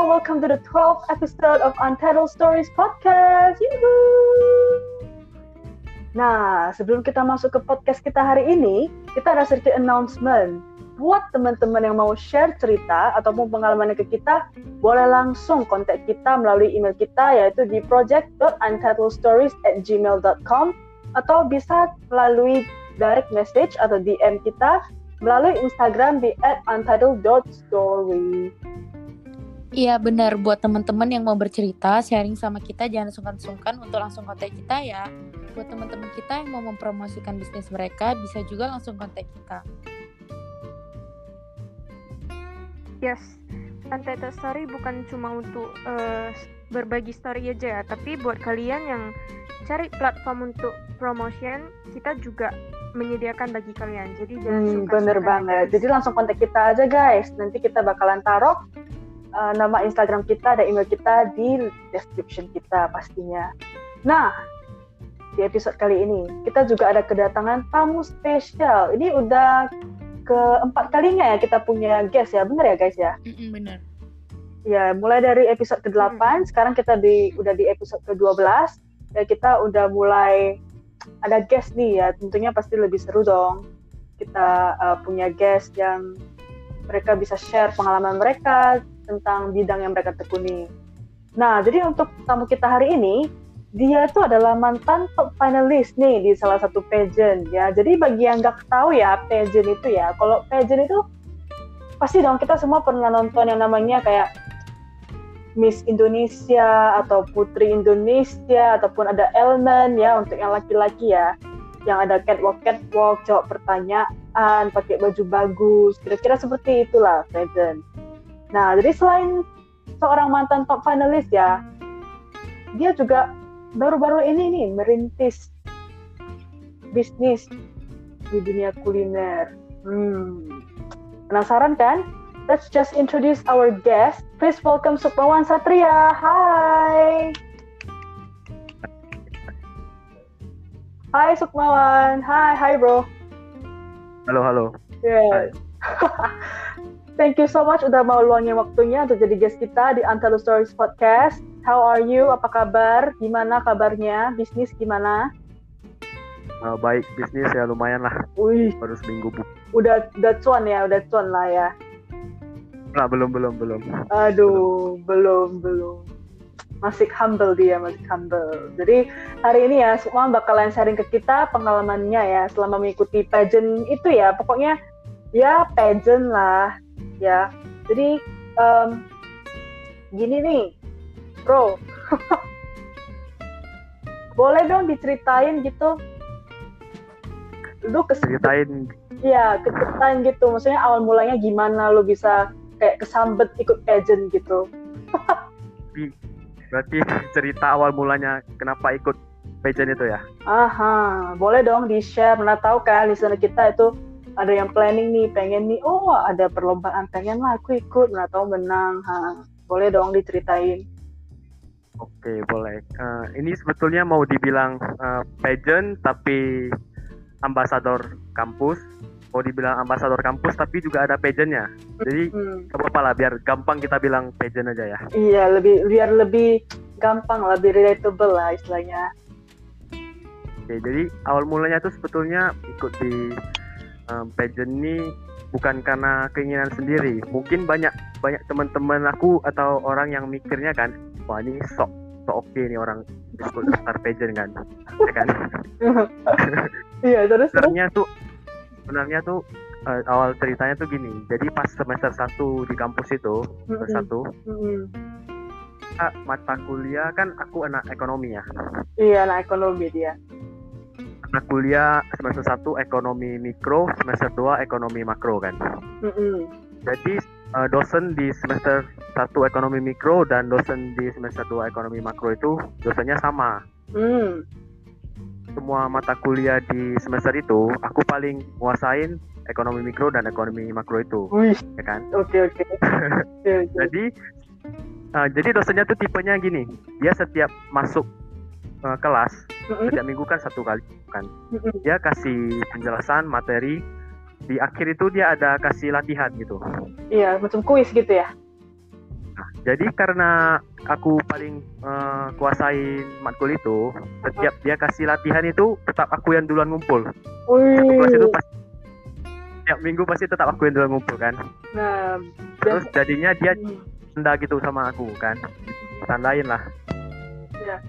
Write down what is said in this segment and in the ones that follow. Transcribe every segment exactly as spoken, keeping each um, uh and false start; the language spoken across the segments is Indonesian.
welcome to the twelfth episode of Untitled Stories Podcast. Yuhuu. Nah, sebelum kita masuk ke podcast kita hari ini, kita ada sedikit announcement. Buat teman-teman yang mau share cerita ataupun pengalamannya ke kita, boleh langsung kontak kita melalui email kita, yaitu di project dot untitledstories at gmail dot com, atau bisa melalui direct message atau D M kita melalui Instagram di at untitled dot story. Iya benar, buat teman-teman yang mau bercerita, sharing sama kita, jangan sungkan-sungkan untuk langsung kontak kita ya. Buat teman-teman kita yang mau mempromosikan bisnis mereka, bisa juga langsung kontak kita. Yes, Untitled Story bukan cuma untuk uh, berbagi story aja ya, tapi buat kalian yang cari platform untuk promotion, kita juga menyediakan bagi kalian. Jadi jangan hmm, sungkan-sungkan. Bener banget. Jadi langsung kontak kita aja guys. Nanti kita bakalan taruh uh, nama Instagram kita dan email kita di description kita pastinya. Nah, di episode kali ini kita juga ada kedatangan tamu spesial. Ini udah keempat kalinya ya kita punya guest ya, bener ya guys ya? Mm-mm, bener. Ya, mulai dari episode kedelapan, hmm. sekarang kita di udah di episode kedua belas, dan kita udah mulai ada guest nih ya, tentunya pasti lebih seru dong. Kita uh, punya guest yang mereka bisa share pengalaman mereka tentang bidang yang mereka tekuni. Nah, jadi untuk tamu kita hari ini, dia itu adalah mantan top finalis nih di salah satu pageant ya. Jadi bagi yang nggak tahu ya pageant itu ya, kalau pageant itu pasti dong kita semua pernah nonton yang namanya kayak Miss Indonesia atau Putri Indonesia ataupun ada Elmen ya untuk yang laki-laki ya, yang ada catwalk catwalk jawab pertanyaan pakai baju bagus, kira-kira seperti itulah pageant. Nah, jadi selain seorang mantan top finalis ya, dia juga baru-baru ini nih merintis bisnis di dunia kuliner. Hmm. Penasaran kan? Let's just introduce our guest. Please welcome Sukmawan Satria. Hai. Hai Sukmawan. Hai, hai bro. Halo, halo. Yeah. Thank you so much udah mau luangin waktunya untuk jadi guest kita di Untitled Stories Podcast. How are you? Apa kabar? Gimana kabarnya? Bisnis gimana? Uh, baik, bisnis ya lumayan lah. Wih. Baru seminggu bu. Udah, udah cuan ya, udah cuan lah ya. Nah, belum, belum, belum. Aduh, belum, belum. Masih humble dia, masih humble. Jadi hari ini ya, semua bakalan sharing ke kita pengalamannya ya selama mengikuti pageant itu ya. Pokoknya ya pageant lah ya. Jadi um, gini nih, bro. Boleh dong diceritain gitu. Lu Ceritain. Iya, ceritain gitu. Maksudnya awal mulanya gimana lu bisa kayak kesambet ikut pageant gitu. Berarti cerita awal mulanya kenapa ikut pageant itu ya? Aha, boleh dong di-share. Mana tahu kan listener kita itu ada yang planning nih, pengen nih, oh ada perlombaan, pengen lah aku ikut, mana tahu menang. Ha, boleh dong diceritain. Oke, boleh. Uh, ini sebetulnya mau dibilang uh, pageant tapi ambasador kampus. Mau dibilang ambasador kampus tapi juga ada pageantnya. Jadi hmm. gak apa-apa lah, biar gampang kita bilang pageant aja ya. Iya, lebih biar lebih gampang, lebih relatable lah istilahnya. Oke, jadi awal mulanya tuh sebetulnya ikut di um, pageant ini bukan karena keinginan sendiri. Mungkin banyak banyak teman-teman aku atau orang yang mikirnya kan, wah ini sok sok oke nih orang ikut daftar pageant kan, ya kan? Iya, terus sebenarnya tuh sebenarnya tuh uh, awal ceritanya tuh gini. Jadi pas semester satu di kampus itu, semester mm-hmm. satu, mm-hmm. ah, mata kuliah kan aku anak ekonomi ya. Iya, anak ekonomi dia. Mata kuliah semester satu ekonomi mikro, semester dua ekonomi makro kan. Mm-hmm. Jadi uh, dosen di semester satu ekonomi mikro dan dosen di semester dua ekonomi makro itu dosennya sama. Mm. Semua mata kuliah di semester itu aku paling nguasain ekonomi mikro dan ekonomi makro itu. Wih. Ya kan? Oke oke. Jadi uh, jadi dosennya tuh tipenya gini. Dia setiap masuk uh, kelas mm-hmm. setiap minggu kan satu kali kan. Mm-hmm. Dia kasih penjelasan materi. Di akhir itu dia ada kasih latihan gitu. Iya, macam kuis gitu ya. Nah, jadi karena aku paling uh, kuasain matkul itu, setiap dia kasih latihan itu tetap aku yang duluan ngumpul. Satu kelas itu pasti setiap minggu pasti tetap aku yang duluan ngumpul kan. Nah, terus dan- jadinya dia Hmm. tanda gitu sama aku kan, tandain lah. Ya.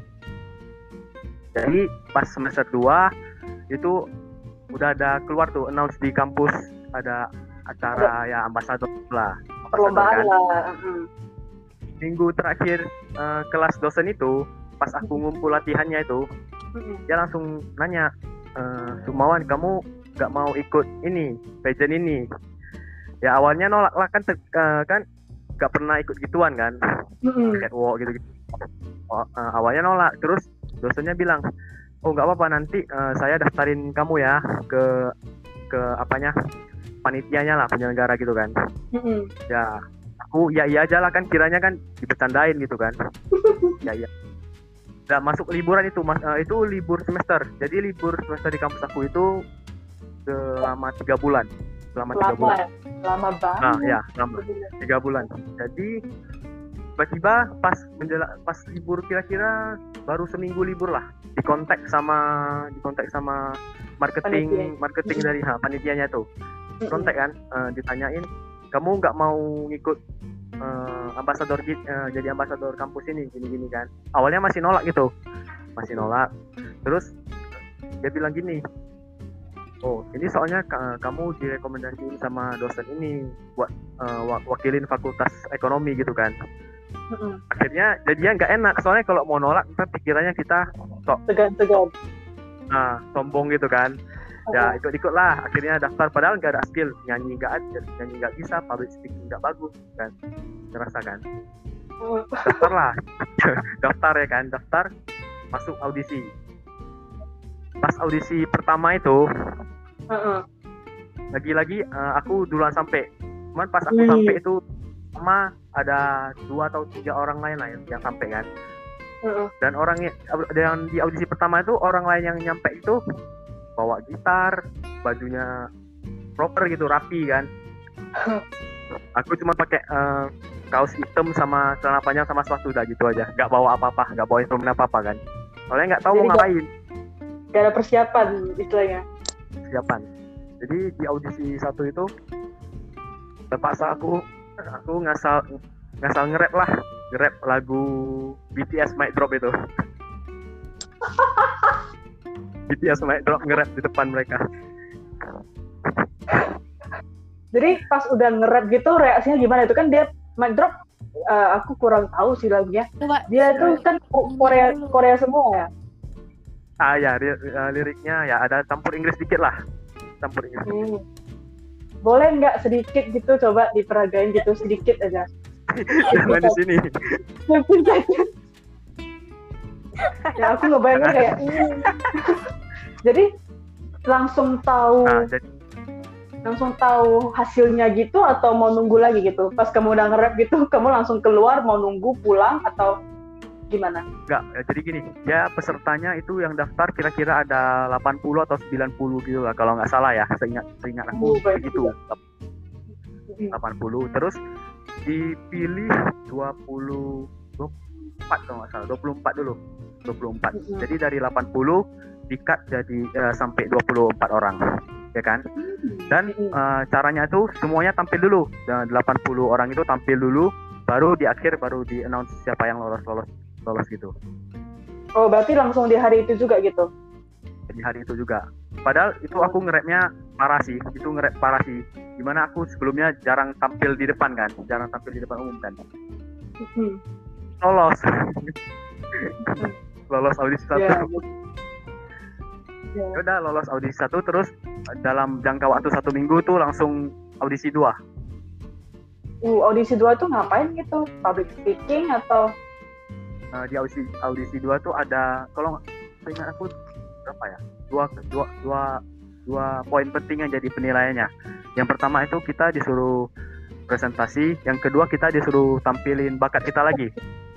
Jadi pas semester dua itu udah ada keluar tuh announce di kampus ada acara ya ambasador lah, ambasador Perlombaan kan. lah. Hmm. Minggu terakhir uh, kelas dosen itu pas aku ngumpul latihannya itu Hmm. dia langsung nanya, e, Sumawan kamu gak mau ikut ini pageant ini? Ya awalnya nolak lah kan, te- uh, kan gak pernah ikut gituan kan, Hmm. catwalk gitu, -gitu. Oh, uh, awalnya nolak, terus dosennya bilang, oh nggak apa-apa nanti uh, saya daftarin kamu ya ke ke apanya panitianya lah, penyelenggara gitu kan. Hmm. Ya aku ya iya aja lah kan, kiranya kan dibercandain gitu kan. Ya iya. Udah masuk liburan itu mas, uh, itu libur semester. Jadi libur semester di kampus aku itu selama tiga bulan. Selama tiga Lama bulan. ya? Lama banget. Nah ya selama tiga bulan. Jadi tiba-tiba pas menjela, pas libur kira-kira baru seminggu libur lah, dikontak sama dikontak sama marketing Panitia. marketing Mm-mm. dari ha, panitianya tuh. Hmm. Kontak kan, uh, ditanyain kamu nggak mau ngikut uh, ambasador uh, jadi ambasador kampus ini gini-gini kan. Awalnya masih nolak gitu, masih nolak. Terus dia bilang gini, oh ini soalnya ka- kamu direkomendasiin sama dosen ini buat uh, wa- wakilin fakultas ekonomi gitu kan. Hmm. Akhirnya jadinya nggak enak, soalnya kalau mau nolak ntar pikirannya kita sok Tegang-tegang. nah, sombong gitu kan. Ya ikut-ikut lah, akhirnya daftar padahal nggak ada skill, nyanyi nggak ada, nyanyi nggak bisa, public speaking nggak bagus kan, terasa kan. Hmm. Daftar lah, daftar ya kan, daftar masuk audisi. Pas audisi pertama itu Hmm. lagi-lagi uh, aku duluan sampai, cuman pas aku Hmm. sampai itu sama ada dua atau tiga orang lain lah yang, yang sampai kan. Hmm. Dan orang yang, yang di audisi pertama itu orang lain yang nyampe itu bawa gitar, bajunya proper gitu, rapi kan. Aku cuma pakai uh, kaos hitam sama celana panjang sama sepatu, udah gitu aja, nggak bawa apa-apa, nggak bawa instrumen apa-apa kan, soalnya nggak tahu Jadi mau ngapain. Gak ada persiapan istilahnya. Persiapan. Jadi di audisi satu itu terpaksa aku aku ngasal ngasal nge-rap lah, nge-rap lagu B T S Mic Drop itu. B T S Mic Drop, nge-rap di depan mereka. Jadi pas udah nge-rap gitu reaksinya gimana? Itu kan dia mic drop, uh, aku kurang tahu sih lagunya. Coba Dia tuh kan Korea Korea semua ya. Ah ya, li- uh, liriknya ya ada campur Inggris dikit lah, campur Inggris. Hmm. Boleh nggak sedikit gitu coba diperagain gitu sedikit aja. Jangan di sini. Ya aku ngebayangin kayak hmm. Jadi langsung tahu Nah, jadi langsung tahu hasilnya gitu atau mau nunggu lagi gitu. Pas kamu udah nge-rap gitu, kamu langsung keluar mau nunggu pulang atau gimana? enggak, ya, jadi gini, ya pesertanya itu yang daftar kira-kira ada delapan puluh atau sembilan puluh gitu lah kalau nggak salah ya, seingat seingat Oh, aku baik begitu. Hmm. delapan puluh, terus dipilih dua puluh dua puluh empat kalau nggak salah, dua puluh empat dulu. dua puluh empat. Mm-hmm. Jadi dari delapan puluh di-cut jadi uh, sampai dua puluh empat orang. Ya kan? Dan Mm-hmm. uh, caranya itu semuanya tampil dulu. Dan delapan puluh orang itu tampil dulu, baru di akhir baru di-announce siapa yang lolos-lolos lolos gitu. Oh, berarti langsung di hari itu juga gitu. Jadi hari itu juga. Padahal itu aku nge-rapnya parah sih. Itu nge-rap parah sih. Dimana aku sebelumnya jarang tampil di depan kan, jarang tampil di depan umum kan. Hmm. Lolos. Lolos audisi satu. Ya. Ya udah lolos audisi satu, terus dalam jangka waktu satu minggu tuh langsung audisi dua. Uh, audisi dua tuh ngapain gitu? Public speaking atau? Nah, di audisi audisi dua tuh ada, kalau nggak ingat aku berapa ya, dua dua dua dua poin penting yang jadi penilaiannya. Yang pertama itu kita disuruh presentasi, yang kedua kita disuruh tampilin bakat kita lagi.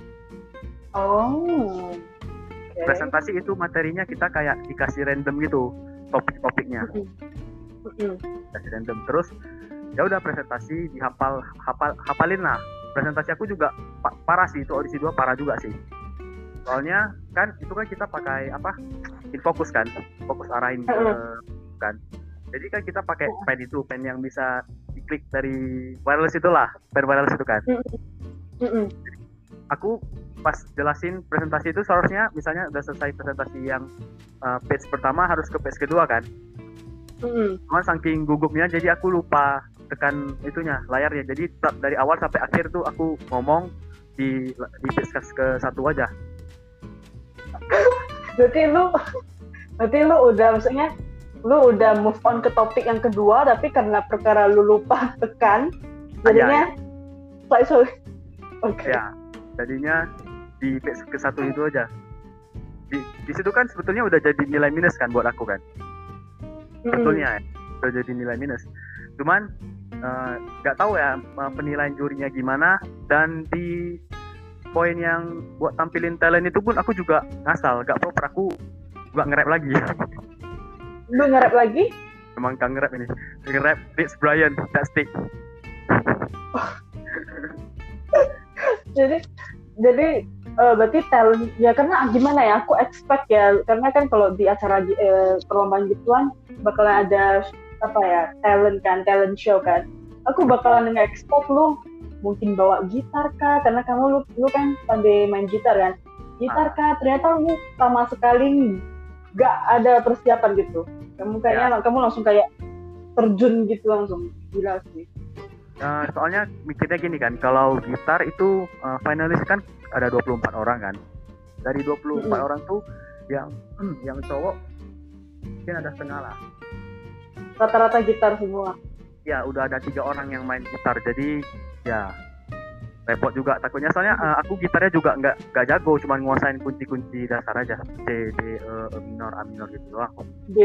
Oh. Okay. Presentasi itu materinya kita kayak dikasih random gitu, topik-topiknya. Mm-hmm. Dikasih random, terus ya udah presentasi dihafal hafal hafalin lah presentasi aku juga pa- parah sih, itu audisi dua parah juga sih. Soalnya kan itu kan kita pakai apa? Infokus kan, fokus arahin ke kan. Jadi kan kita pakai pen itu, pen yang bisa diklik dari wireless itulah, pen wireless itu kan. Mm-mm. Aku pas jelasin presentasi itu seharusnya misalnya udah selesai presentasi yang uh, page pertama harus ke page kedua kan. Mm-mm. Cuman saking gugupnya jadi aku lupa tekan itunya layarnya. Jadi dari awal sampai akhir tuh aku ngomong di di page ke satu aja. Berarti lu berarti lu udah maksudnya lu udah move on ke topik yang kedua tapi karena perkara lu lupa tekan jadinya slide show. Oke. Ya, jadinya di page ke satu itu aja. Di di situ kan sebetulnya udah jadi nilai minus kan buat aku kan. Sebetulnya ya, udah jadi nilai minus. Cuman nggak uh, tahu ya penilaian jurinya gimana, dan di poin yang buat tampilin talent itu pun aku juga ngasal, nggak proper, aku nggak nge-rap lagi. Lu nge-rap lagi? Emang kan nge-rap ini, nge-rap Rich Brian, That Stick. jadi jadi uh, berarti talent ya, karena gimana ya, aku expect ya, karena kan kalau di acara uh, perlombaan gituan bakalan ada apa ya, talent kan, talent show kan, aku bakalan nge-expect lu mungkin bawa gitar kah, karena kamu lu, lu kan pandai main gitar kan, gitar kah, ternyata lu sama sekali gak ada persiapan gitu, kamu kayaknya ya. Kamu langsung kayak terjun gitu langsung, gila sih. Uh, soalnya mikirnya gini kan, kalau gitar itu uh, finalis kan ada dua puluh empat orang kan. Dari dua puluh empat mm-hmm. orang tuh yang hmm, yang cowok mungkin ada setengah lah. Rata-rata gitar semua. Ya, udah ada tiga orang yang main gitar. Jadi ya repot juga takutnya, soalnya uh, aku gitarnya juga nggak nggak jago, cuman nguasain kunci-kunci dasar aja. C, D, E, E minor, A minor gitu doang. D.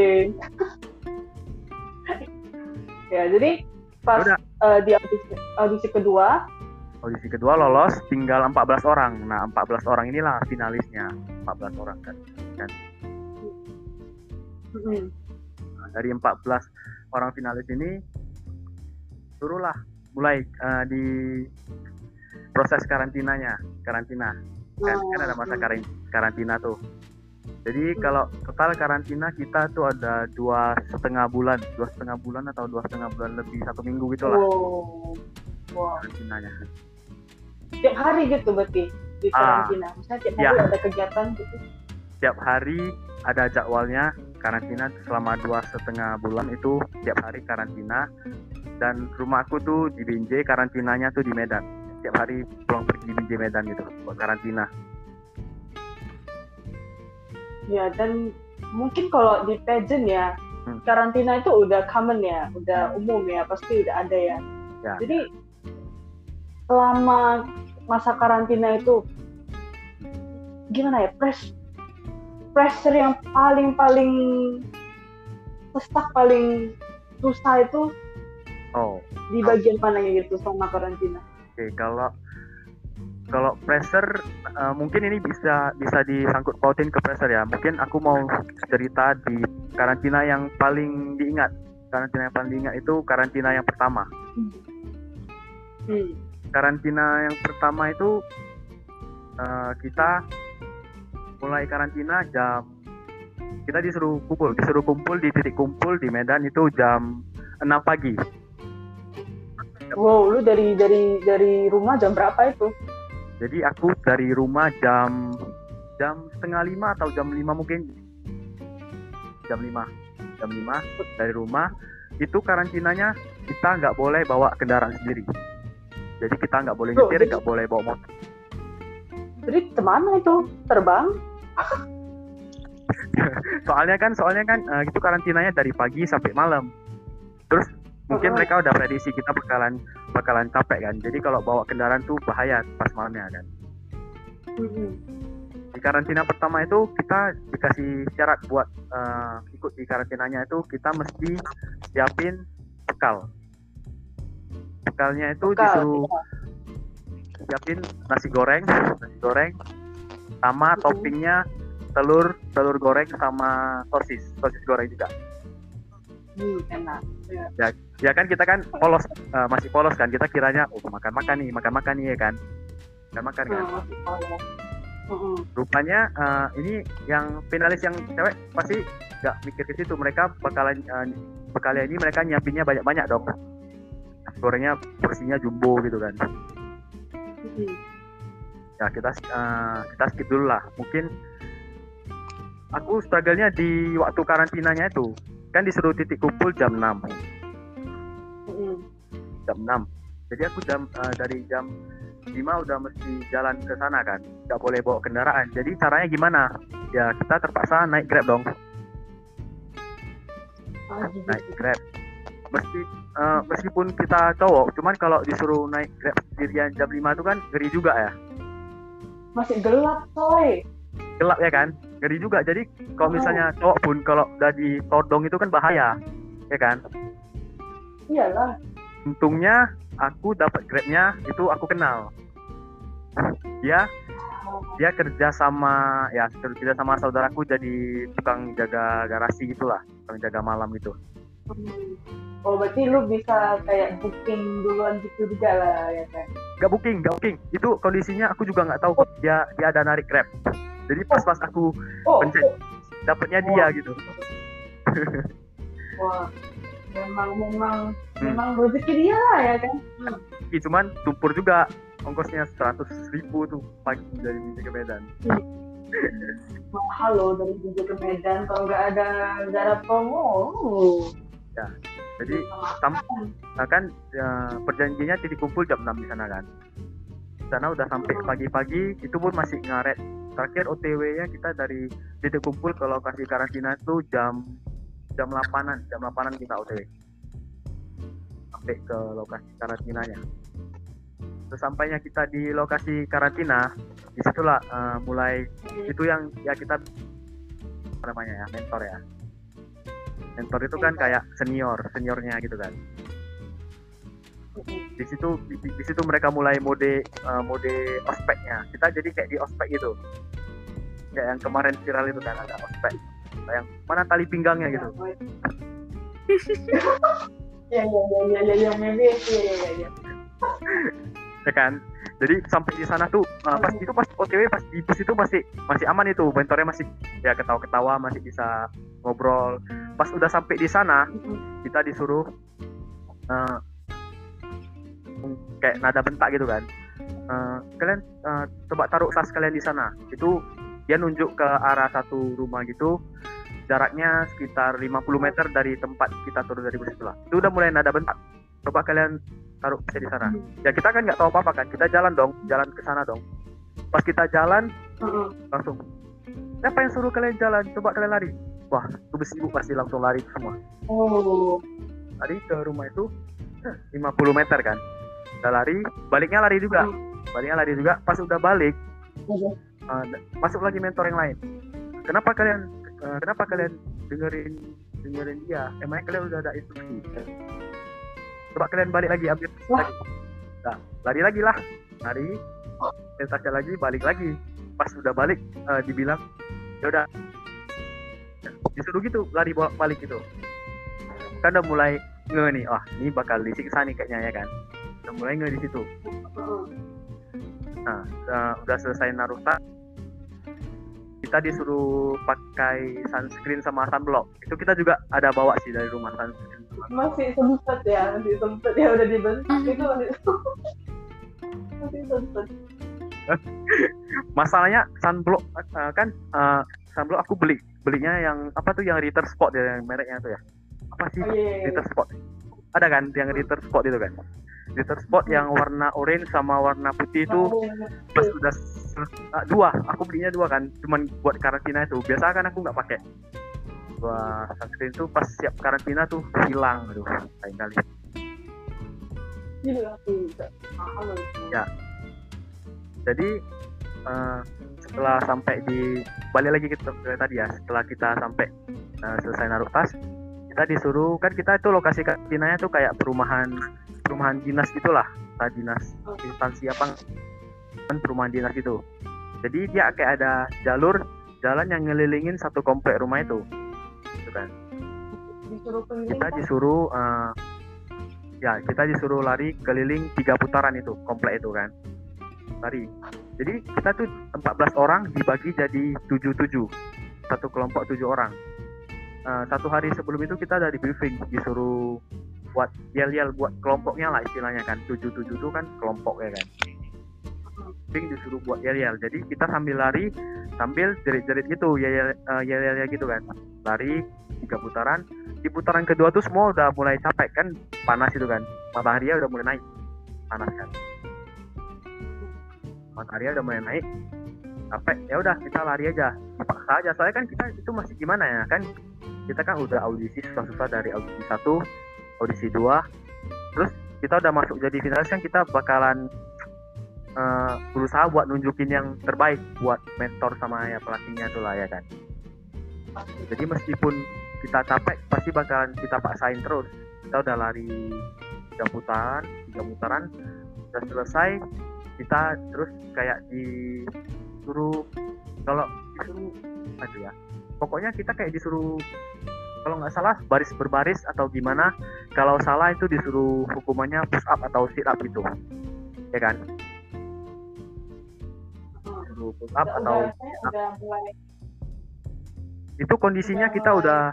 Ya, jadi pas uh, di audisi, audisi kedua audisi kedua lolos tinggal empat belas orang. Nah, empat belas orang inilah finalisnya, empat belas orang kan, kan? Mm-hmm. Nah, dari empat belas orang finalis ini suruhlah mulai uh, di proses karantinanya karantina kan, oh. kan ada masa karantina tuh. Jadi hmm. kalau total karantina kita tuh ada dua setengah bulan, dua setengah bulan atau dua setengah bulan lebih, satu minggu gitulah. Wow. Wow. Karantinanya. Tiap hari gitu berarti di karantina. Ah, misalnya tiap hari ya. Ada kegiatan gitu. Tiap hari ada jadwalnya karantina selama dua setengah bulan itu, tiap hari karantina. Dan rumahku tuh di Binjai, karantinanya tuh di Medan. Tiap hari pulang pergi di Binjai Medan gitu buat karantina. Ya, dan mungkin kalau di pageant ya, hmm. karantina itu udah common ya, udah umum ya, pasti udah ada ya. ya. Jadi selama masa karantina itu gimana ya, press, pressure yang paling-paling sesak, paling susah itu oh. di bagian mana gitu selama karantina? Oke, kalau Kalau pressure uh, mungkin ini bisa bisa disangkut pautin ke pressure ya. Mungkin aku mau cerita di karantina yang paling diingat. Karantina yang paling diingat itu karantina yang pertama. Hmm. Karantina yang pertama itu uh, kita mulai karantina jam, kita disuruh kumpul, disuruh kumpul di titik kumpul di Medan itu jam enam pagi. Wow, lu dari dari dari rumah jam berapa itu? Jadi aku dari rumah jam jam setengah lima atau jam lima mungkin, jam lima jam lima dari rumah. Itu karantinanya kita nggak boleh bawa kendaraan sendiri. Jadi kita nggak boleh nyetir, nggak boleh bawa motor. Jadi kemana itu? Terbang? soalnya kan soalnya kan uh, itu karantinanya dari pagi sampai malam. Terus mungkin mereka udah prediksi kita bakalan bakalan capek kan. Jadi kalau bawa kendaraan tuh bahaya pas malamnya kan. Mm-hmm. Di karantina pertama itu kita dikasih syarat buat uh, ikut di karantinanya itu kita mesti siapin bekal. Bekalnya itu bekal, disuruh ya. Siapin nasi goreng, nasi goreng sama mm-hmm. toppingnya telur telur goreng sama sosis, sosis goreng juga. Hmm, enak. Ya. Ya, ya kan kita kan polos, uh, masih polos kan, kita kiranya oh makan-makan nih, makan-makan nih ya kan. Makan-makan kan. Hmm, masih polos. Mm-mm. Rupanya uh, ini yang finalis yang cewek pasti nggak mikir ke situ, mereka bakalan uh, bekal ini mereka nyiapinnya banyak-banyak dong. Gorengnya porsinya jumbo gitu kan. Mm-mm. Ya kita uh, kita skip dulu lah. Mungkin aku struggle-nya di waktu karantinanya itu kan disuruh titik kumpul jam enam. Mm-mm. Jam enam. Jadi aku jam uh, dari jam lima udah mesti jalan ke sana kan. Nggak boleh bawa kendaraan. Jadi caranya gimana? Ya kita terpaksa naik Grab dong. Ah, gitu. Naik Grab. Meski, uh, meskipun kita cowok, cuman kalau disuruh naik Grab sendirian jam lima itu kan ngeri juga ya. Masih gelap coy. Gelap ya kan? Ngeri juga. Jadi kalau misalnya cowok pun kalau udah ditodong itu kan bahaya. Ya kan? Iyalah. Untungnya aku dapat Grabnya itu aku kenal. Dia dia kerja sama ya kerja sama saudaraku jadi tukang jaga garasi gitulah, tukang jaga malam gitu. Hmm. Oh berarti lu bisa kayak booking duluan gitu juga lah ya kan? Gak booking, gak booking. Itu kondisinya aku juga nggak tahu kok dia dia ada narik Grab. Jadi pas pas aku Oh, pencet dapatnya dia gitu. Wah, memang memang Hmm. memang rezeki dia lah ya kan? Hmm. Cuman tumpur juga ongkosnya seratus ribu tuh pagi dari Binjai ke Medan. Mahal loh dari Binjai ke Medan kalau nggak ada nggak ada promo. Uh. Ya, jadi sam- nah kan ya, perjanjiannya titik kumpul jam enam di sana kan. Di sana udah sampai pagi-pagi, itu pun masih ngaret. Terakhir O T W-nya kita dari titik kumpul ke lokasi karantina itu jam jam delapanan, jam delapanan kita O T W. Sampai ke lokasi karantinanya. Terus sampainya kita di lokasi karantina, disitulah uh, mulai itu yang ya kita apa namanya ya mentor ya. Mentor itu kan kayak senior, seniornya gitu kan. Di situ di, di situ mereka mulai mode uh, mode ospeknya. Kita jadi kayak di ospek gitu. Kayak yang kemarin viral itu kan ada ospek. Yang mana tali pinggangnya gitu. Ya ya ya ya ya ya meme itu ya ya ya. Ya kan. Jadi sampai di sana tuh uh, pas itu pas O T W pas di bus itu masih masih aman itu, mentornya masih ya ketawa-ketawa, masih bisa ngobrol. Pas udah sampai di sana kita disuruh uh, kayak nada bentak gitu kan. Uh, kalian uh, coba taruh tas kalian di sana. Itu dia nunjuk ke arah satu rumah gitu. Jaraknya sekitar lima puluh meter dari tempat kita turun dari bus itu lah. Itu udah mulai nada bentak. Coba kalian taruh saya di sana. Ya kita kan nggak tahu apa-apa kan. Kita jalan dong, jalan ke sana dong. Pas kita jalan langsung. Siapa yang suruh kalian jalan? Coba kalian lari. Wah, itu besi pasti langsung lari semua. Oh. Lari ke rumah itu lima puluh meter kan. Udah lari, baliknya lari juga. Baliknya lari juga. Pas udah balik, uh, masuk lagi mentor yang lain. Kenapa kalian uh, kenapa kalian dengerin dengerin dia? Emangnya kalian udah ada instruksi? Coba kalian balik lagi, ambil lagi. Nah, lari lagi lah. Lari, tesnya lagi, balik lagi. Pas udah balik, uh, dibilang, ya udah. Disuruh gitu, lari balik gitu. Kan udah mulai nge nih, wah ini bakal disiksa nih kayaknya ya kan. Udah mulai nge di situ. Nah, uh, udah selesai naruh tas, kita disuruh pakai sunscreen sama sunblock. Itu kita juga ada bawa sih dari rumah sunscreen. Masih sempet ya, masih sempet ya udah dibentak itu masih masih sempet. Masalahnya sunblock uh, kan uh, sunblock aku beli belinya yang apa tuh yang Ritter Spot ya mereknya tuh ya. Apa sih? Oh, iya, iya. Ritter Spot. Ada kan yang Ritter Spot itu kan. Ritter Spot yang warna orange sama warna putih itu pas udah uh, dua, aku belinya dua kan, cuman buat karantina itu. Biasa kan aku nggak pakai. Dua sunscreen tuh pas siap karantina tuh hilang, aduh, lain kali. Gila sih, mahal loh. Ya. Jadi uh, setelah sampai di balik lagi kita ke tadi ya, setelah kita sampai uh, selesai naruh tas, kita disuruh kan kita itu lokasi karantinanya tuh kayak perumahan perumahan dinas gitulah, nah, dinas instansi apa kan perumahan dinas gitu. Jadi dia kayak ada jalur jalan yang ngelilingin satu komplek rumah itu, gitu kan. disuruh keliling kita kan? disuruh uh, ya kita disuruh lari keliling tiga putaran itu komplek itu kan, lari. Jadi kita tuh empat belas orang dibagi jadi tujuh tujuh, satu kelompok tujuh orang. Uh, satu hari sebelum itu kita udah di briefing, disuruh buat yel-yel buat kelompoknya lah istilahnya kan, tujuh tujuh itu kan kelompok ya kan. Briefing disuruh buat yel-yel, jadi kita sambil lari sambil jerit-jerit gitu, yel-yel uh, yel-yel gitu kan, lari tiga putaran. Di putaran kedua tuh semua udah mulai capek kan, panas itu kan, matahari udah mulai naik, panas kan, matahari udah mulai naik, capek, ya udah kita lari aja, dipaksa aja, soalnya kan kita itu masih gimana ya kan, kita kan udah audisi susah-susah dari audisi satu, audisi dua, terus kita udah masuk jadi finalis kan, kita bakalan uh, berusaha buat nunjukin yang terbaik buat mentor sama ya pelatihnya tuh lah ya kan. Jadi meskipun kita capek pasti bakalan kita paksain terus. Kita udah lari tiga putaran, tiga putaran udah selesai, kita terus kayak disuruh, kalau disuruh aduh ya, pokoknya kita kayak disuruh, kalau nggak salah baris berbaris atau gimana, kalau salah itu disuruh hukumannya push up atau sit up gitu ya kan, disuruh push up Udah, atau udah, saya udah mulai itu kondisinya kita udah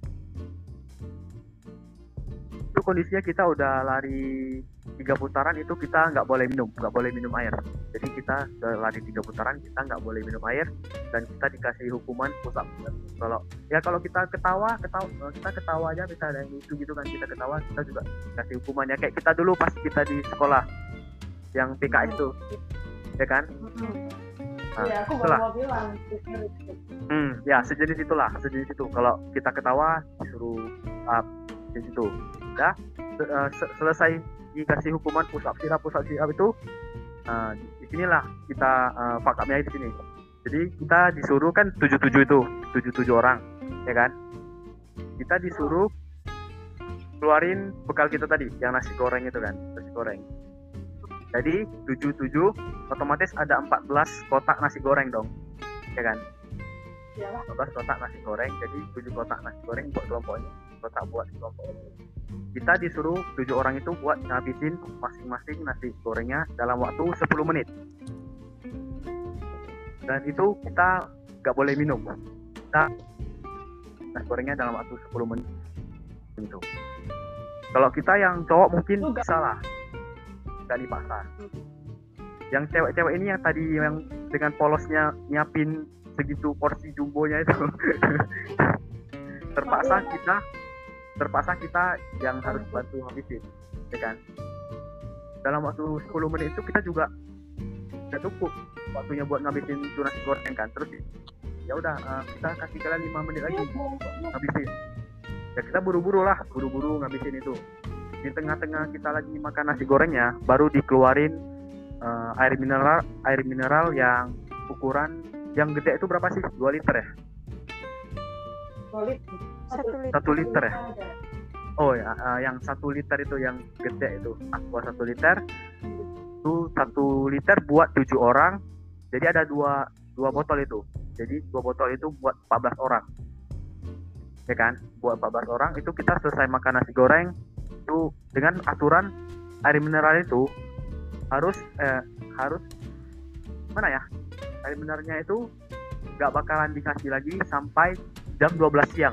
itu kondisinya kita udah lari tiga putaran, itu kita nggak boleh minum nggak boleh minum air. Jadi kita udah lari tiga putaran, kita nggak boleh minum air, dan kita dikasih hukuman push up. Kalau ya kalau kita ketawa ketawa kita ketawa aja, bisa ada yang lucu gitu kan, kita ketawa, kita juga dikasih hukumannya kayak kita dulu pas kita di sekolah yang P K S itu ya kan. Nah, ya, aku itulah. baru mau bilang Hmm, ya sejenis itulah, sejenis itu. Kalau kita ketawa disuruh up di situ. Ya, se- uh, se- selesai dikasih hukuman push up, sit up, push up, sit up itu, uh, di sinilah kita uh, fuck up-nya di sini. Jadi kita disuruh kan tujuh tujuh itu, tujuh tujuh orang, ya kan? Kita disuruh keluarin bekal kita tadi, yang nasi goreng itu kan, nasi goreng. Jadi tujuh tujuh otomatis ada empat belas kotak nasi goreng dong, ya kan? Iyalah. empat belas kotak nasi goreng, jadi tujuh kotak nasi goreng buat kelompoknya, kotak buat kelompok ini. Kita disuruh tujuh orang itu buat ngabisin masing-masing nasi gorengnya dalam waktu sepuluh menit. Dan itu kita nggak boleh minum. Kita nasi gorengnya dalam waktu sepuluh menit. Gitu. Kalau kita yang cowok mungkin Juga. bisa lah, nggak dipaksa. Yang cewek-cewek ini yang tadi yang dengan polosnya nyiapin segitu porsi jumbonya itu terpaksa kita terpaksa kita yang harus bantu habisin, ya kan? Dalam waktu sepuluh menit itu kita juga nggak cukup waktunya buat ngabisin itu nasi goreng kan, terus ya udah uh, kita kasih kalian lima menit lagi ngabisin. Ya kita buru-buru lah, buru-buru ngabisin itu. Di tengah-tengah kita lagi makan nasi gorengnya, baru dikeluarin uh, air mineral, air mineral yang ukuran yang gede itu berapa sih? dua liter ya? Solid. Satu liter. satu liter ya? Oh ya, uh, yang satu liter itu yang gede itu, aqua satu liter. Itu satu liter buat tujuh orang. Jadi ada dua dua botol itu. Jadi dua botol itu buat empat belas orang. Ya kan? Buat empat belas orang itu kita selesai makan nasi goreng itu dengan aturan air mineral itu harus eh, harus mana ya? Air mineralnya itu nggak bakalan dikasih lagi sampai jam dua belas siang.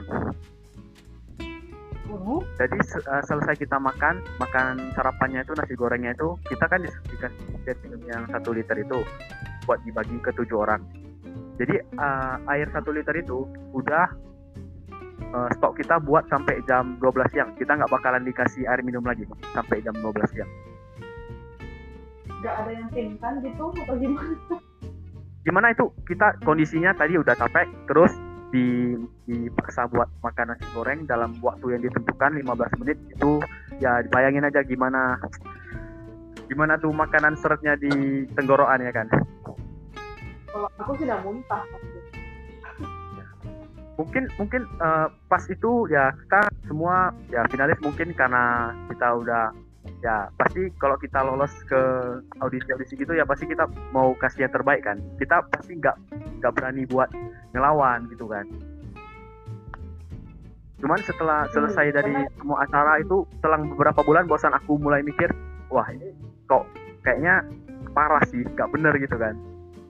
Uh, Jadi uh, selesai kita makan, makan sarapannya itu nasi gorengnya itu kita kan dikasih set minum yang satu liter itu buat dibagi ke tujuh orang. Jadi uh, air satu liter itu udah uh, stok kita buat sampai jam dua belas siang. Kita nggak bakalan dikasih air minum lagi sampai jam dua belas siang. nggak ada yang pingsan gitu atau gimana? Gimana itu? Kita kondisinya tadi udah capek, terus di dipaksa buat makan nasi goreng dalam waktu yang ditentukan lima belas menit itu, ya bayangin aja gimana gimana tuh makanan seretnya di tenggorokan ya kan. Kalau aku sudah muntah pasti. Mungkin mungkin uh, pas itu ya kita semua ya finalis, mungkin karena kita udah ya pasti kalau kita lolos ke audisi-audisi gitu ya pasti kita mau kasih yang terbaik kan. Kita pasti nggak nggak berani buat ngelawan gitu kan. Cuman setelah selesai dari semua acara itu, selang beberapa bulan bosan aku mulai mikir, wah ini kok kayaknya parah sih, gak bener gitu kan.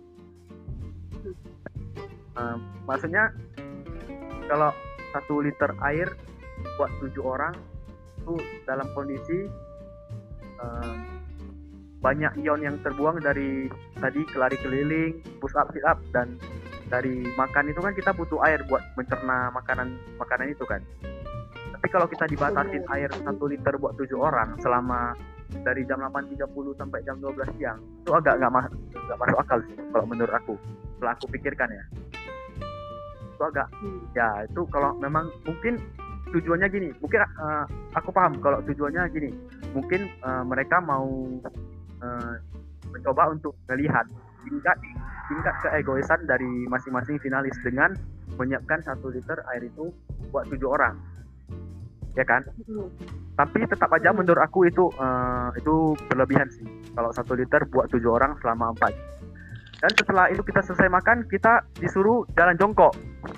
Uh, maksudnya kalau satu liter air buat tujuh orang itu dalam kondisi uh, banyak ion yang terbuang dari tadi kelari keliling, push up, sit up, dan dari makan itu kan kita butuh air buat mencerna makanan makanan itu kan. Tapi kalau kita dibatasin air satu liter buat tujuh orang selama dari jam delapan tiga puluh sampai jam dua belas siang, itu agak nggak mas nggak masuk akal sih kalau menurut aku. Setelah aku pikirkan ya, itu agak ya itu kalau memang mungkin tujuannya gini, mungkin uh, aku paham kalau tujuannya gini, mungkin uh, mereka mau uh, mencoba untuk melihat tingkat tingkat keegoisan dari masing-masing finalis dengan menyiapkan satu liter air itu buat tujuh orang, ya kan? Hmm. Tapi tetap aja menurut aku itu uh, itu berlebihan sih kalau satu liter buat tujuh orang selama empat. Dan setelah itu kita selesai makan, kita disuruh jalan jongkok,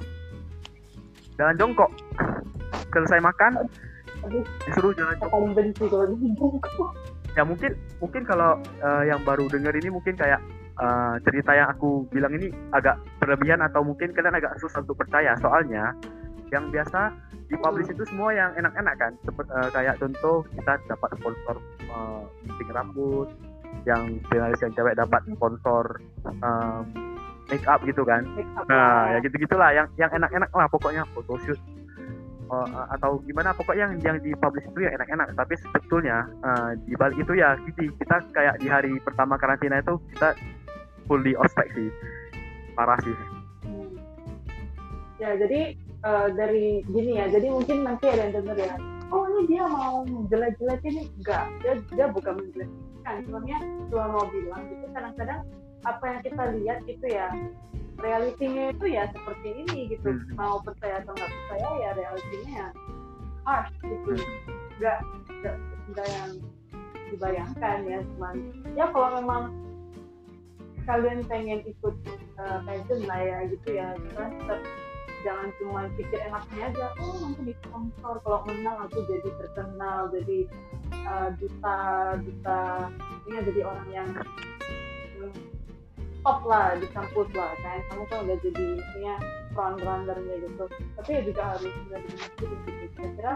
jalan jongkok. Selesai makan, disuruh jalan jongkok. Ya mungkin mungkin kalau uh, yang baru denger ini mungkin kayak Uh, cerita yang aku bilang ini agak berlebihan atau mungkin kalian agak susah untuk percaya, soalnya yang biasa dipublish itu semua yang enak-enak kan. Seperti uh, kayak contoh kita dapat sponsor uh, gunting rambut, yang finalis yang cewek dapat sponsor um, make up gitu kan. Nah ya gitu-gitulah yang yang enak-enak lah pokoknya, photoshoot uh, atau gimana, pokoknya yang yang dipublish itu ya enak-enak. Tapi sebetulnya uh, di balik itu ya gitu, kita kayak di hari pertama karantina itu kita full di ospek sih, parah sih. Hmm. Ya jadi uh, dari gini ya, jadi mungkin nanti ada yang denger ya, oh ini dia mau jelek-jelek ini, enggak, dia dia bukan menjelekkan, sebenarnya cuma mau bilang gitu. Kadang-kadang apa yang kita lihat itu ya realitinya itu ya seperti ini gitu. Hmm. Mau percaya atau nggak percaya ya realitinya ya harsh gitu, nggak nggak nggak yang dibayangkan ya. Cuman ya kalau memang kalian pengen ikut uh, pageant lah ya gitu ya, kan tetap jangan cuma pikir enaknya aja, oh nanti di sponsor kalau menang aku jadi terkenal, jadi uh, duta duta ini jadi orang yang um, top lah di kampus lah kan, kamu kan udah jadi misalnya front runner-nya gitu. Tapi ya juga harus nggak dimiliki gitu, kira-kira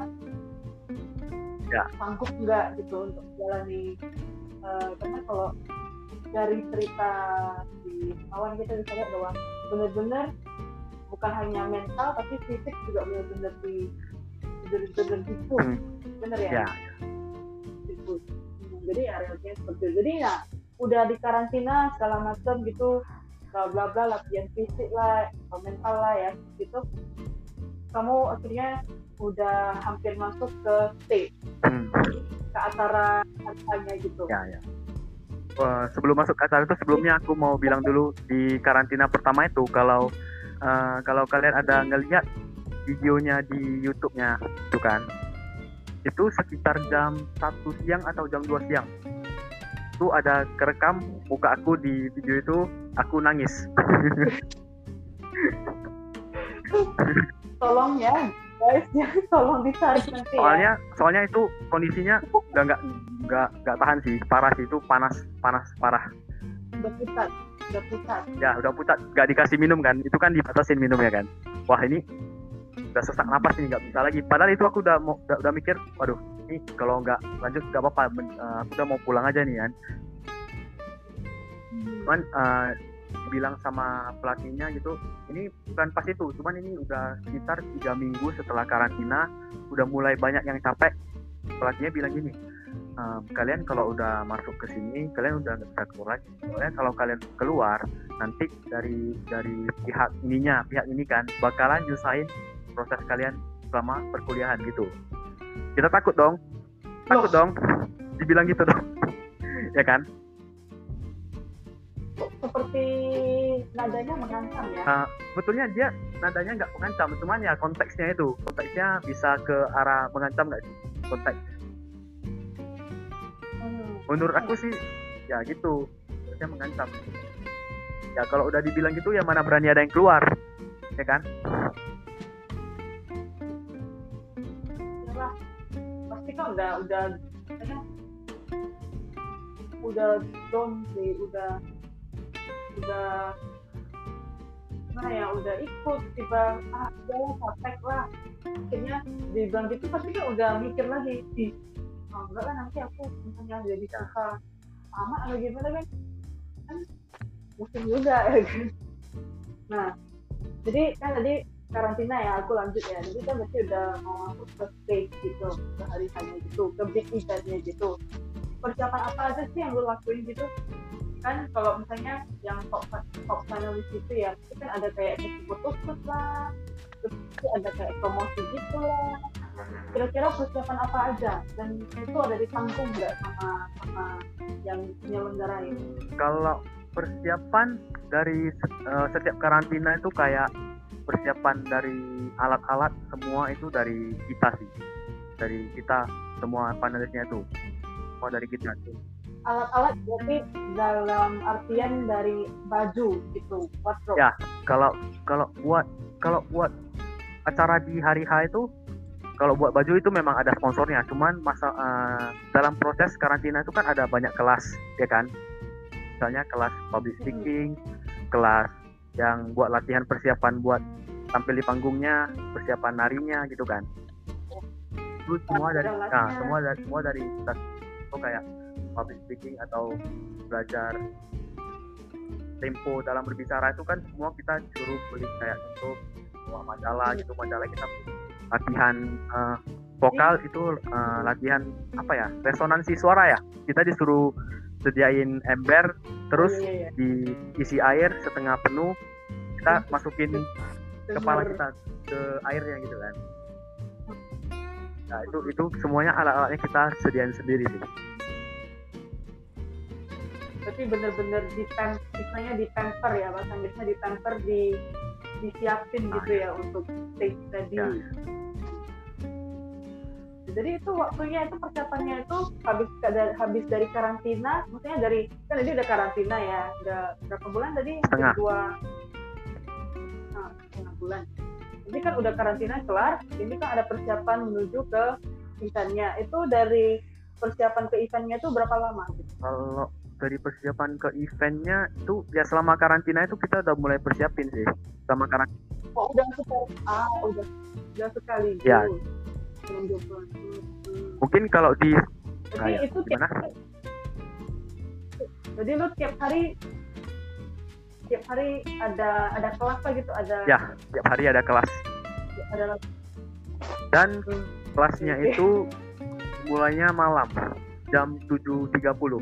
ya sanggup nggak gitu untuk jalani uh, karena kalau dari cerita di kawan kita bisa lihat bahwa benar-benar bukan hanya mental tapi fisik juga benar-benar di benar-benar dipus, hmm. benar ya? Ya. Dipus. Hmm, jadi ya realitinya seperti itu. Jadi ya udah di karantina segala macam gitu, bla bla bla, latihan fisik lah, atau mental lah ya gitu. Kamu akhirnya udah hampir masuk ke stage, hmm. ke acara acaranya gitu. Ya ya. Uh, sebelum masuk ke acara itu, sebelumnya aku mau bilang dulu di karantina pertama itu, kalau uh, kalau kalian ada ngelihat videonya di YouTube-nya itu kan, itu sekitar jam satu siang atau jam dua siang itu ada kerekam muka aku di video itu, aku nangis. Tolong ya guys, ya tolong ditarik nanti. Soalnya ya. soalnya itu kondisinya udah nggak nggak nggak tahan sih, parah sih, itu panas panas parah. Udah pucat, udah pucat. Ya udah pucat, nggak dikasih minum kan, itu kan dibatasin minumnya kan. Wah ini udah sesak napas nih, nggak bisa lagi. Padahal itu aku udah mau udah, udah mikir, waduh ini kalau nggak lanjut nggak apa-apa, uh, aku udah mau pulang aja nih kan. Cuman uh, bilang sama pelatihnya gitu, ini bukan pas itu, cuman ini udah sekitar tiga minggu setelah karantina, udah mulai banyak yang capek. Pelatihnya bilang gini, ehm, kalian kalau udah masuk ke sini, kalian udah nggak bisa keluar lagi. Soalnya kalau kalian keluar, nanti dari dari pihak ininya, pihak ini kan bakalan nyusahin proses kalian selama perkuliahan gitu. Kita takut dong, takut Loh. dong, dibilang gitu dong, ya kan? Seperti nadanya mengancam ya? Uh, betulnya dia nadanya nggak mengancam, cuman ya konteksnya itu, konteksnya bisa ke arah mengancam nggak sih konteks? Hmm. Menurut aku sih ya gitu, dia mengancam. Ya kalau udah dibilang gitu ya mana berani ada yang keluar, ya kan? pasti kan udah udah kayaknya udah down sih, udah udah mana ya, udah ikut tiba ah udah praktek lah, akhirnya dibilang gitu pasti kan udah mikir lagi di oh, enggak lah nanti aku misalnya jadi kakak sama atau gimana kan kan musim juga ya kan. Nah jadi kan tadi karantina ya, aku lanjut ya, jadi kan berarti udah mau masuk ke stage gitu, ke hari hanya gitu, ke big eventnya gitu. Persiapan apa aja sih yang lu lakuin gitu? Kan kalau misalnya yang top top finalis itu ya, itu kan ada kayak foto-foto lah, terus ada kayak promosi gitu lah. Kira-kira persiapan apa aja? Dan itu ada ditanggung nggak sama sama yang menyelenggarain? Kalau persiapan dari uh, setiap karantina itu kayak persiapan dari alat-alat semua itu dari kita sih, dari kita semua panelisnya itu, semua dari kita tuh. Alat-alat berarti dalam artian dari baju gitu, wardrobe. Ya, kalau kalau buat kalau buat acara di hari H itu, kalau buat baju itu memang ada sponsornya. Cuman masa uh, dalam proses karantina itu kan ada banyak kelas, ya kan? Misalnya kelas public speaking, hmm. kelas yang buat latihan persiapan buat tampil di panggungnya, persiapan narinya gitu kan. Itu semua dari, nah semua dari semua dari kita itu kayak public speaking atau belajar tempo dalam berbicara itu kan semua kita suruh beli kayak untuk semua majalah gitu, majalah kita latihan uh, vokal itu uh, latihan apa ya, resonansi suara ya, kita disuruh sediain ember terus oh, iya, iya. diisi air setengah penuh, kita masukin kepala kita ke airnya gitu kan. Nah itu itu semuanya alat-alatnya kita sediain sendiri sih. Berarti bener-bener di pam, istilahnya di pamper ya, bahasa Inggrisnya di pamper, di disiapin nah, gitu ya untuk stage tadi. Ya. Jadi itu waktunya itu persiapannya itu habis habis dari karantina, maksudnya dari kan tadi udah karantina ya, udah berapa bulan tadi? Setengah. Dua, nah, setengah bulan. Jadi kan udah karantina kelar, ini kan ada persiapan menuju ke eventnya. Itu dari persiapan ke eventnya itu berapa lama? Gitu? Kalau dari persiapan ke eventnya itu ya selama karantina itu kita udah mulai persiapin sih sama karantina. Oh udah sekali, ah udah udah sekali. Ya. Hmm. Mungkin kalau di jadi nah, itu gimana? Tiap, jadi lu tiap hari tiap hari ada ada kelas lah gitu, ada. Ya tiap hari ada kelas. Ada. Dan hmm. kelasnya okay. itu mulainya malam jam tujuh tiga puluh.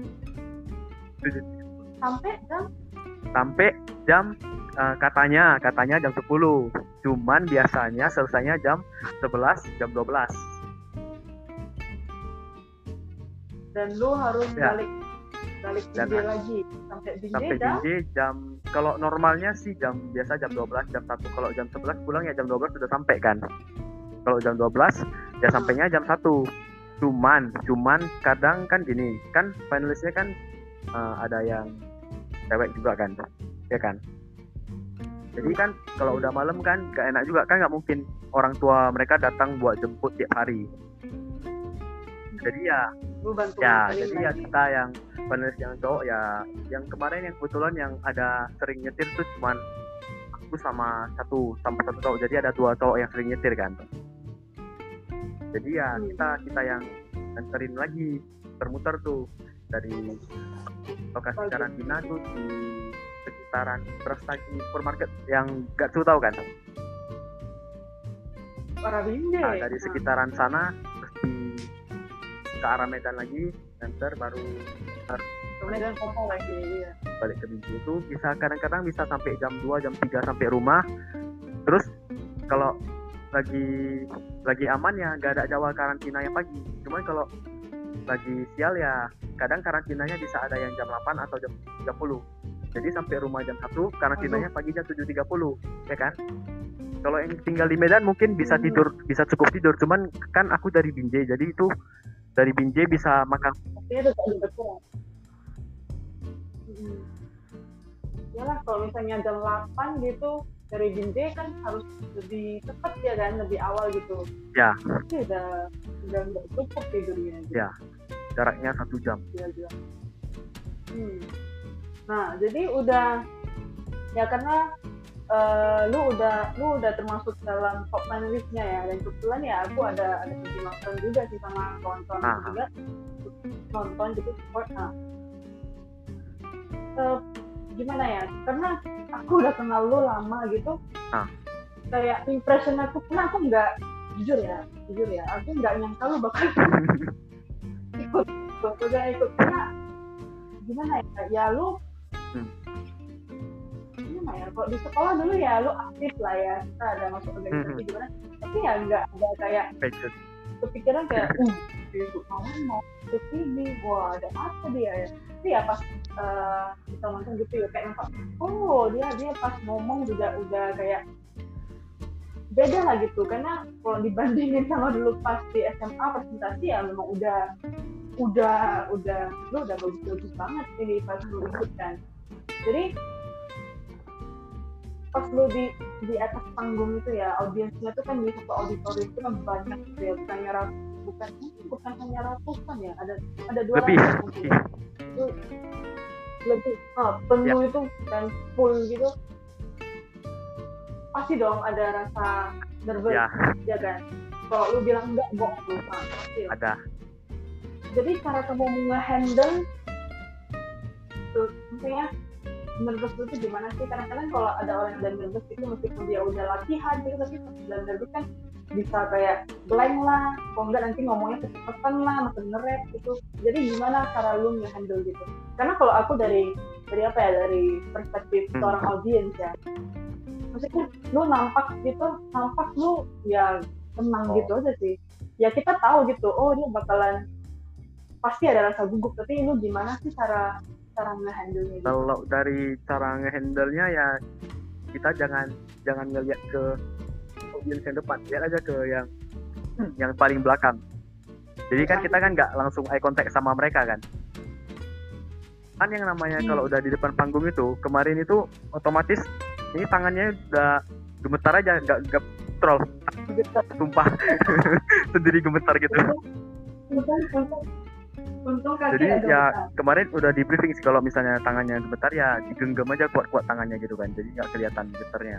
Sampai jam sampai jam uh, katanya katanya jam sepuluh, cuman biasanya selesainya jam sebelas, jam dua belas. Dan lu harus ya. balik balik binje lagi sampai binje sampai jam binje jam kalau normalnya sih jam biasa jam dua belas, jam satu. Kalau jam sebelas pulang ya jam dua belas sudah sampai kan. Kalau jam dua belas ya sampainya jam satu. Cuman cuman kadang kan gini, kan finalisnya kan Uh, ada yang cewek juga kan, ya kan. Jadi kan kalau udah malam kan gak enak juga kan, nggak mungkin orang tua mereka datang buat jemput tiap hari. Jadi ya, ya jadi ya kita yang penulis yang cowok ya, yang kemarin yang kebetulan yang ada sering nyetir tuh cuman aku sama satu sama satu cowok. Jadi ada dua cowok yang sering nyetir kan. Jadi ya kita kita yang anterin lagi, termuter tuh dari lokasi karantina tuh di sekitaran Prestasi Supermarket yang gak tahu kan? Nah, dari sekitaran sana terus di ke arah Medan lagi, nanti baru ke Medan Kopong lagi ya. Balik ke Binjai itu bisa kadang-kadang bisa sampai jam dua, jam tiga sampai rumah. Terus kalau lagi lagi aman ya nggak ada jadwal karantina yang pagi. Cuman kalau lagi sial ya kadang karantinanya bisa ada yang jam delapan atau jam tiga puluh. Jadi sampai rumah jam satu, karantinanya pagi jam tujuh tiga puluh, ya kan? Kalau yang tinggal di Medan mungkin bisa tidur, bisa cukup tidur. Cuman kan aku dari Binjai, jadi itu dari Binjai bisa makan. Itu betul. Hmm. Yalah kalau misalnya jam delapan gitu dari Binjai kan harus lebih cepat ya kan, lebih awal gitu. Ya. Tapi udah udah nggak cukup tidurnya. Gitu. Ya, jaraknya satu jam. Gila-gila. Hmm. Nah, jadi udah ya karena uh, lu udah lu udah termasuk dalam top finalistnya ya, dan kebetulan ya aku ada ada pergi nonton juga sih sama kawan-kawan Ah. juga nonton gitu support. Nah, uh, gimana ya? Karena aku udah kenal lu lama gitu. Ah. Kayak impression aku, karena aku nggak jujur ya, jujur ya, aku nggak nyangka lu bakal ikut, udah ikut karena gimana ya? Ya lu Hmm. gimana ya, kalau di sekolah dulu ya lu aktif lah ya, kita ada masuk organisasi Hmm. gimana, tapi ya nggak ada kayak Paget. kepikiran kayak uh besok kamu mau ikut ini, wah ada apa dia ya. Tapi ya pas uh, kita nonton gitu ya kayak nampak, oh dia dia pas ngomong juga udah kayak beda lah gitu, karena kalau dibandingin sama dulu pas di S M A presentasi ya memang udah udah udah lu udah bagus-bagus banget ini pas lu ikut kan. Jadi pas lu di di atas panggung itu ya, audiensnya tuh kan di satu auditorium itu kan banyak gitu ya, bukan nyerap bukan bukan hanya ratusan ya, ada ada dua Lebih. ratus mungkin. Itu lebih oh, penuh Ya. itu kan full gitu, pasti dong ada rasa nervous Ya, ya kan. Kalau lu bilang enggak bohong lu Pak. Pasti lah. ada. Jadi cara kamu nge-handle tuh maksudnya nervous itu gimana sih? Kadang-kadang kalau ada orang yang nervous itu meskipun dia udah latihan gitu, tapi pas dalam nervous kan bisa kayak blank lah, kalau enggak nanti ngomongnya kecepatan lah, makin nge-rap gitu. Jadi gimana cara lu nge-handle gitu? Karena kalau aku dari dari apa ya, dari perspektif Hmm. seorang audiens ya, maksudnya lu nampak gitu, nampak lu ya tenang Oh. gitu aja sih. Ya kita tahu gitu, oh dia bakalan pasti ada rasa gugup, tapi lu gimana sih cara cara nge-handle-nya gitu? Kalau dari cara ngehandle-nya ya kita jangan jangan ngelihat ke audiens yang depan, lihat aja ke yang yang paling belakang. Jadi kan kita kan nggak langsung eye contact sama mereka kan. Kan yang namanya Hmm. kalau udah di depan panggung itu, kemarin itu otomatis ini tangannya udah gemetar aja, nggak nggak troll, Gitu. sumpah sendiri gemetar gitu. Untung, untung, untung kaki Jadi ada ya besar. kemarin udah di briefing sih, kalau misalnya tangannya gemetar ya digenggam aja kuat-kuat tangannya gitu kan, jadi nggak kelihatan getarnya.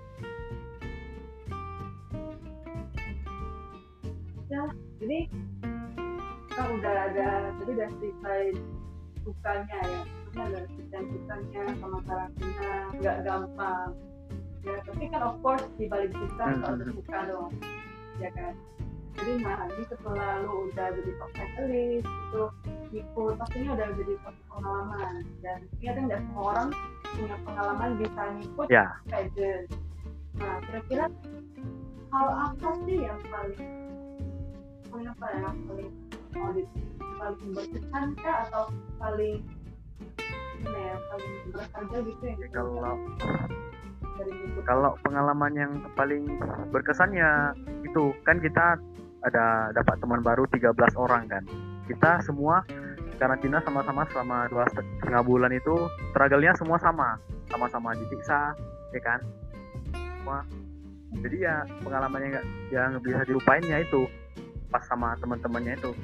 Ya, jadi kan udah ada, jadi udah selesai sukanya ya, karena ada dan sukanya sama karantina nggak gampang. Ya, tapi kan of course di balik suka Hmm, harus ada hmm. suka dong, ya kan. Jadi nah ini setelah lu udah jadi top specialist itu ikut, pastinya udah jadi satu pengalaman, dan ini kan nggak semua orang punya pengalaman bisa ngikut Ya, pageant. Nah kira-kira hal apa sih yang paling paling apa ya, paling audit paling berkesan kah, atau paling gimana ya, paling berharga gitu yang ya kalau dari ikut? kalau pengalaman yang paling berkesan ya itu kan kita ada dapat teman baru tiga belas orang kan. Kita semua karantina sama-sama selama dua setengah bulan itu, struggle-nya semua sama, sama-sama disiksa, ya kan? Semua. Jadi ya pengalaman yang nggak yang bisa dilupain ya itu pas sama teman-temannya itu.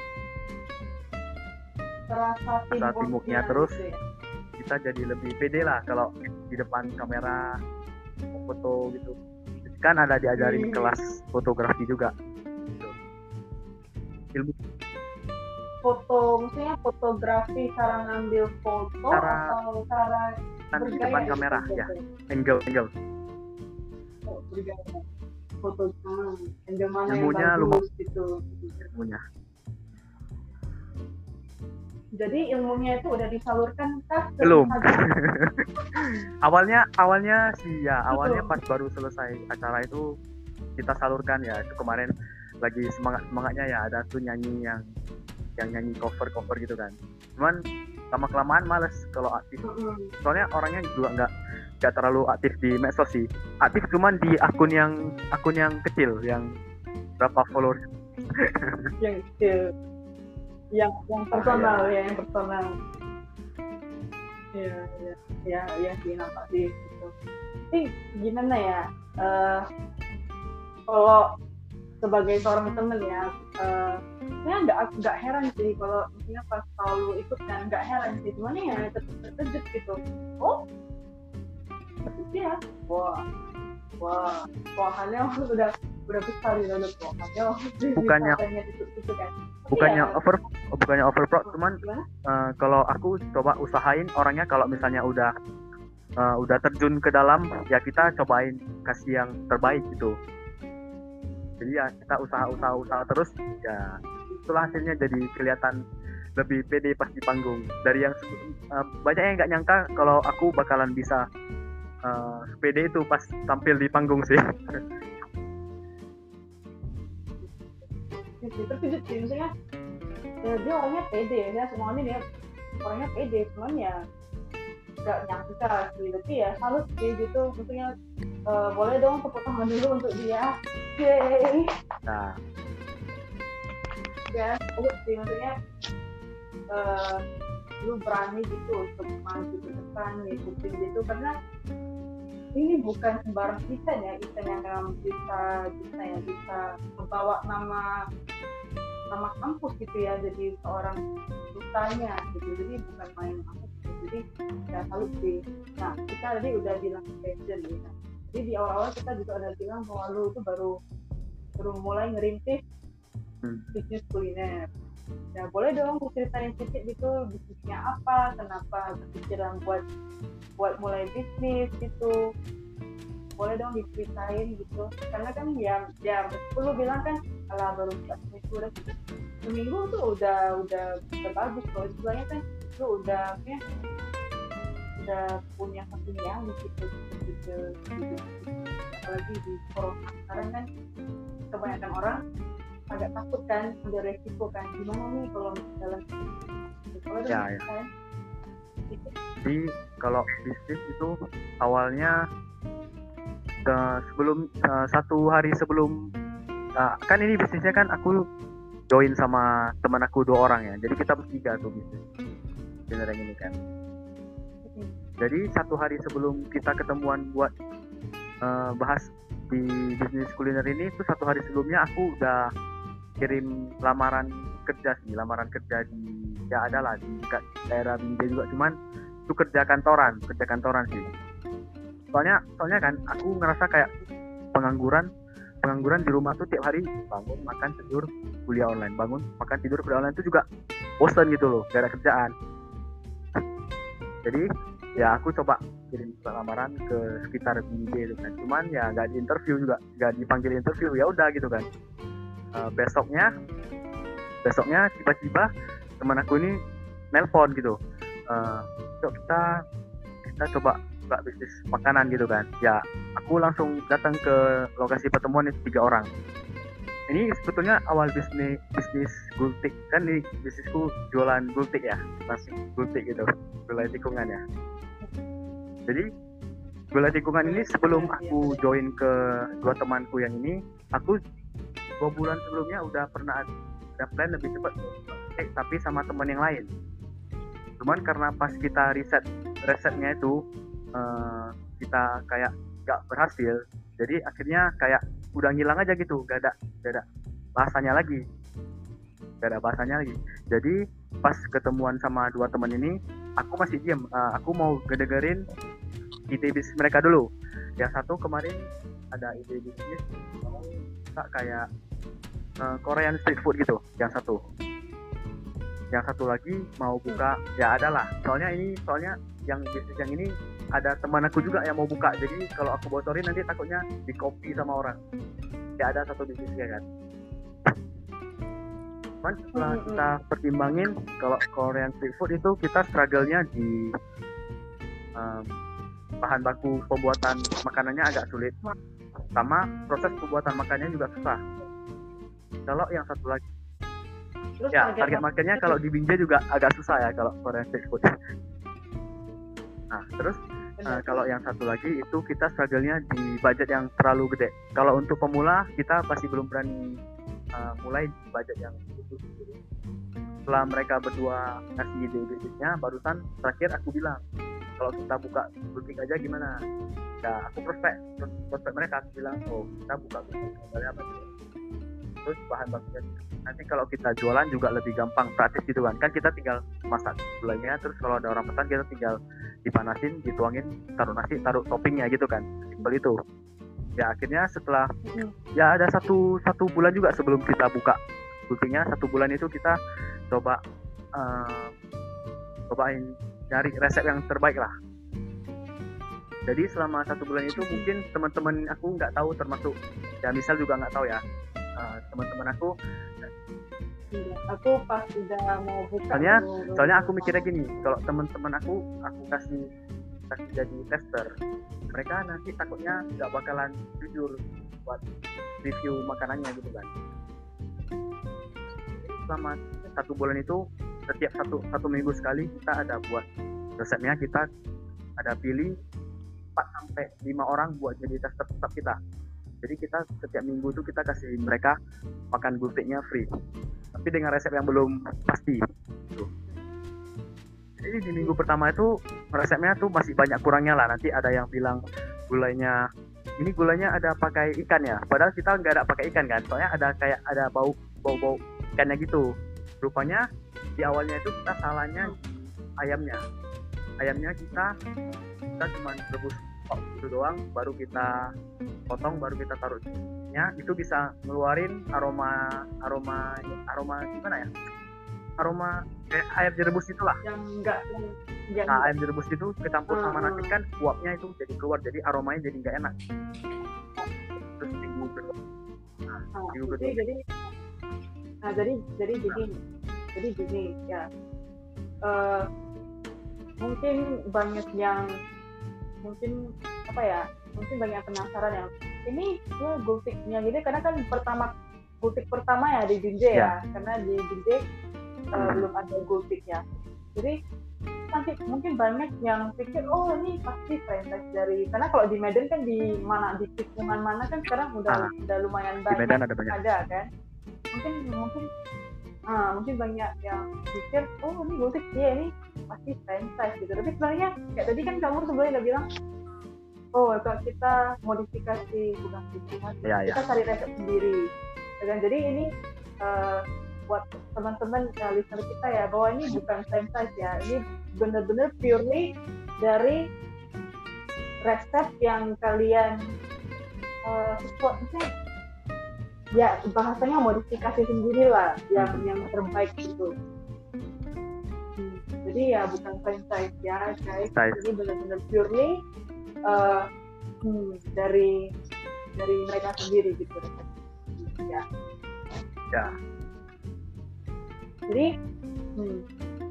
Terasa Rasa teamwork-nya terus. gitu ya. Kita jadi lebih pede lah kalau di depan kamera mau foto gitu. Kan ada diajarin Hmm. kelas fotografi juga. Gitu. Ilmu Foto, maksudnya fotografi, cara ngambil foto Cara- atau cara kan di bergaya depan gitu, kamera foto? ya, angle angle. Oh, bergaya. Foto hmm, angle mana Ilmunya yang lumah. bagus gitu. Ilmunya. Jadi ilmunya itu udah disalurkan kah? ke Belum. Instagram? awalnya awalnya sih ya, Gitu. awalnya pas baru selesai acara itu kita salurkan ya. Itu kemarin lagi semangat semangatnya ya, ada tuh nyanyi yang yang nyanyi cover cover gitu kan. Cuman lama kelamaan males kalau aktif. Mm-mm. Soalnya orangnya juga nggak nggak terlalu aktif di medsos sih. Aktif cuman di akun yang akun yang kecil, yang berapa followers. Yang kecil, yang yang personal ya, yang personal. Iya, iya, ya, ya sih nampak sih. gitu. Tapi gimana ya, uh, kalau sebagai seorang temen ya, uh, saya nggak nggak heran sih kalau misalnya pas Paulu ikut kan, nggak heran sih, cuman ya tetap terkejut gitu. Oh, ya, wah, wah, wahannya udah udah besar gitu loh, wahannya bukannya itu, itu kan. bukannya ya, over bukannya overprod, cuman uh, kalau aku coba usahain orangnya kalau misalnya udah uh, udah terjun ke dalam, ya kita cobain kasih yang terbaik gitu. Jadi ya kita usaha-usaha-usaha terus, ya itulah hasilnya jadi kelihatan lebih pede pas di panggung. Dari yang uh, banyak yang nggak nyangka kalau aku bakalan bisa uh, pede itu pas tampil di panggung sih. Terkejut sih, maksudnya ya, dia orangnya pede ya, semuanya dia orangnya pede, cuman ya nggak nyangka sih, tapi ya salut sih gitu, maksudnya uh, boleh dong tepuk tangan dulu untuk dia. Yeay. Nah, ya salut sih, maksudnya uh, lu berani gitu untuk maju ke depan ngikutin gitu, karena ini bukan sembarang event ya, event yang memang bisa bisa ya bisa membawa nama nama kampus gitu ya, jadi seorang dutanya gitu, jadi bukan main kampus gitu. Jadi ya salut sih. Nah, kita tadi udah bilang passion ya. Jadi di awal-awal kita juga ada bilang bahwa lu itu baru baru mulai ngerintis hmm. bisnis kuliner. Ya boleh dong ceritain sedikit gitu, bisnisnya apa, kenapa kepikiran buat buat mulai bisnis gitu, boleh dong diceritain gitu, karena kan ya ya lu bilang kan kalau baru seminggu udah seminggu tuh udah udah udah bagus loh, sebenarnya kan lu udah ya udah punya satu yang gitu gitu, apalagi di corona sekarang kan kebanyakan orang agak takut kan, ada resiko kan, gimana nih kalau misalnya kalau ya, ya. Kan? Jadi kalau bisnis itu awalnya ke sebelum uh, satu hari sebelum uh, kan ini bisnisnya kan aku join sama teman aku dua orang ya, jadi kita bertiga tuh bisnis beneran ini kan. Jadi satu hari sebelum kita ketemuan buat uh, bahas di bisnis kuliner ini, itu satu hari sebelumnya aku udah kirim lamaran kerja sih, lamaran kerja di ya adalah di dekat daerah Binjai juga, cuman itu kerja kantoran, kerja kantoran sih. Soalnya soalnya kan aku ngerasa kayak pengangguran, pengangguran di rumah tuh tiap hari bangun, makan, tidur, kuliah online, bangun, makan, tidur, kuliah online, itu juga bosan gitu loh, gak ada kerjaan. Jadi ya aku coba kirim lamaran ke sekitar Binjai itu kan, cuman ya nggak di interview juga, nggak dipanggil interview, ya udah gitu kan. Uh, besoknya besoknya tiba-tiba teman aku ini nelpon gitu, uh, yuk kita kita coba buka bisnis makanan gitu kan. Ya aku langsung datang ke lokasi pertemuan itu tiga orang. Ini sebetulnya awal bisnis bisnis gultik kan, ini bisnisku jualan gultik ya, nasi gultik gitu, gulai tikungan ya. Jadi gulai tikungan ini sebelum aku join ke dua temanku yang ini, aku dua bulan sebelumnya udah pernah ada plan lebih cepat, eh, tapi sama teman yang lain. Cuman karena pas kita riset risetnya itu uh, kita kayak gak berhasil, jadi akhirnya kayak udah ngilang aja gitu, gak ada gak ada bahasanya lagi, gak ada bahasanya lagi. Jadi pas ketemuan sama dua teman ini, aku masih diam, uh, aku mau ngedengerin ide bisnis mereka dulu. Yang satu kemarin ada ide bisnis mau kayak Uh, Korean street food gitu, yang satu. Yang satu lagi mau buka, ya adalah. Soalnya ini, soalnya yang bisnis yang ini ada teman aku juga yang mau buka. Jadi kalau aku bocorin nanti takutnya di copy sama orang. Ya ada satu bisnisnya kan. Cuman setelah kita pertimbangin, kalau Korean street food itu kita struggle-nya di um, bahan baku pembuatan makanannya agak sulit, sama proses pembuatan makanannya juga susah. Kalau yang satu lagi, terus ya target marketnya kalau di Binjai juga agak susah ya kalau Korean street food. Nah terus uh, kalau yang satu lagi itu kita struggle-nya di budget yang terlalu gede. Kalau untuk pemula kita pasti belum berani uh, mulai di budget yang itu. Setelah mereka berdua ngasih ide-idenya, barusan terakhir aku bilang, kalau kita buka butik aja gimana? Ya aku prospek prospek mereka, aku bilang oh kita buka butik modalnya apa sih? Terus bahan bakunya nanti kalau kita jualan juga lebih gampang, praktis gitu kan. Kan kita tinggal masak gulanya, terus kalau ada orang pesan kita tinggal dipanasin, dituangin, taruh nasi, taruh toppingnya gitu kan. Simpel itu. Ya akhirnya setelah ya ada satu satu bulan juga sebelum kita buka butiknya, satu bulan itu kita coba uh, cobain cari resep yang terbaik lah. Jadi selama satu bulan itu mungkin teman-teman aku nggak tahu, termasuk ya misal juga nggak tahu ya, uh, teman-teman aku aku pas udah mau buka soalnya dulu, soalnya aku mikirnya gini, kalau teman-teman aku aku kasih kasih jadi tester, mereka nanti takutnya nggak bakalan jujur buat review makanannya gitu kan. Selama satu bulan itu setiap satu satu minggu sekali kita ada buat resepnya, kita ada pilih empat sampai lima orang buat jadi tester tetap kita. Jadi kita setiap minggu itu kita kasih mereka makan gultiknya free, tapi dengan resep yang belum pasti gitu. Jadi di minggu pertama itu resepnya tuh masih banyak kurangnya lah. Nanti ada yang bilang gulanya ini gulanya ada pakai ikan ya, padahal kita nggak ada pakai ikan kan, soalnya ada kayak ada bau bau bau ikannya gitu. Rupanya di awalnya itu kita salahnya ayamnya ayamnya kita kita cuma rebus itu doang, baru kita potong, baru kita taruhnya, itu bisa ngeluarin aroma aroma aroma gimana ya, aroma kayak ayam direbus itulah yang enggak yang nah ayam direbus itu kecampur Hmm. sama nasi kan uapnya itu jadi keluar, jadi aromanya jadi nggak enak. Terus minggu kedua nah, Ah, minggu jadi kedua jadi nah jadi jadi gini jadi gini ya. Eh, mungkin banyak yang mungkin apa ya mungkin banyak penasaran yang ini ya gultiknya gitu, karena kan pertama gultik pertama ya di Binjai ya, karena di Binjai uh, Hmm. belum ada gultiknya. Jadi nanti mungkin banyak yang pikir oh ini pasti franchise dari, karena kalau di Medan kan di mana di tikungan mana kan sekarang udah Ah, udah lumayan di banyak Medan ada banyak. ada kan. Mungkin mungkin ah, mungkin banyak yang pikir oh ini gultik ya ini pasti franchise gitu. Tapi sebenarnya kayak tadi kan kamu sebelumnya udah bilang oh kalau kita modifikasi bukan modifikasi, Ya, ya. kita cari resep sendiri. Dan jadi ini uh, buat teman-teman uh, listener kita ya, bahwa ini bukan franchise ya, ini benar-benar purely dari resep yang kalian uh, sesuai, misalnya, ya bahasanya modifikasi sendiri lah, yang Hmm. yang terbaik gitu. Hmm, jadi ya bukan franchise ya guys, Franchise. ini benar-benar purely uh, hmm, dari dari mereka sendiri gitu ya. Ya. Jadi, hmm,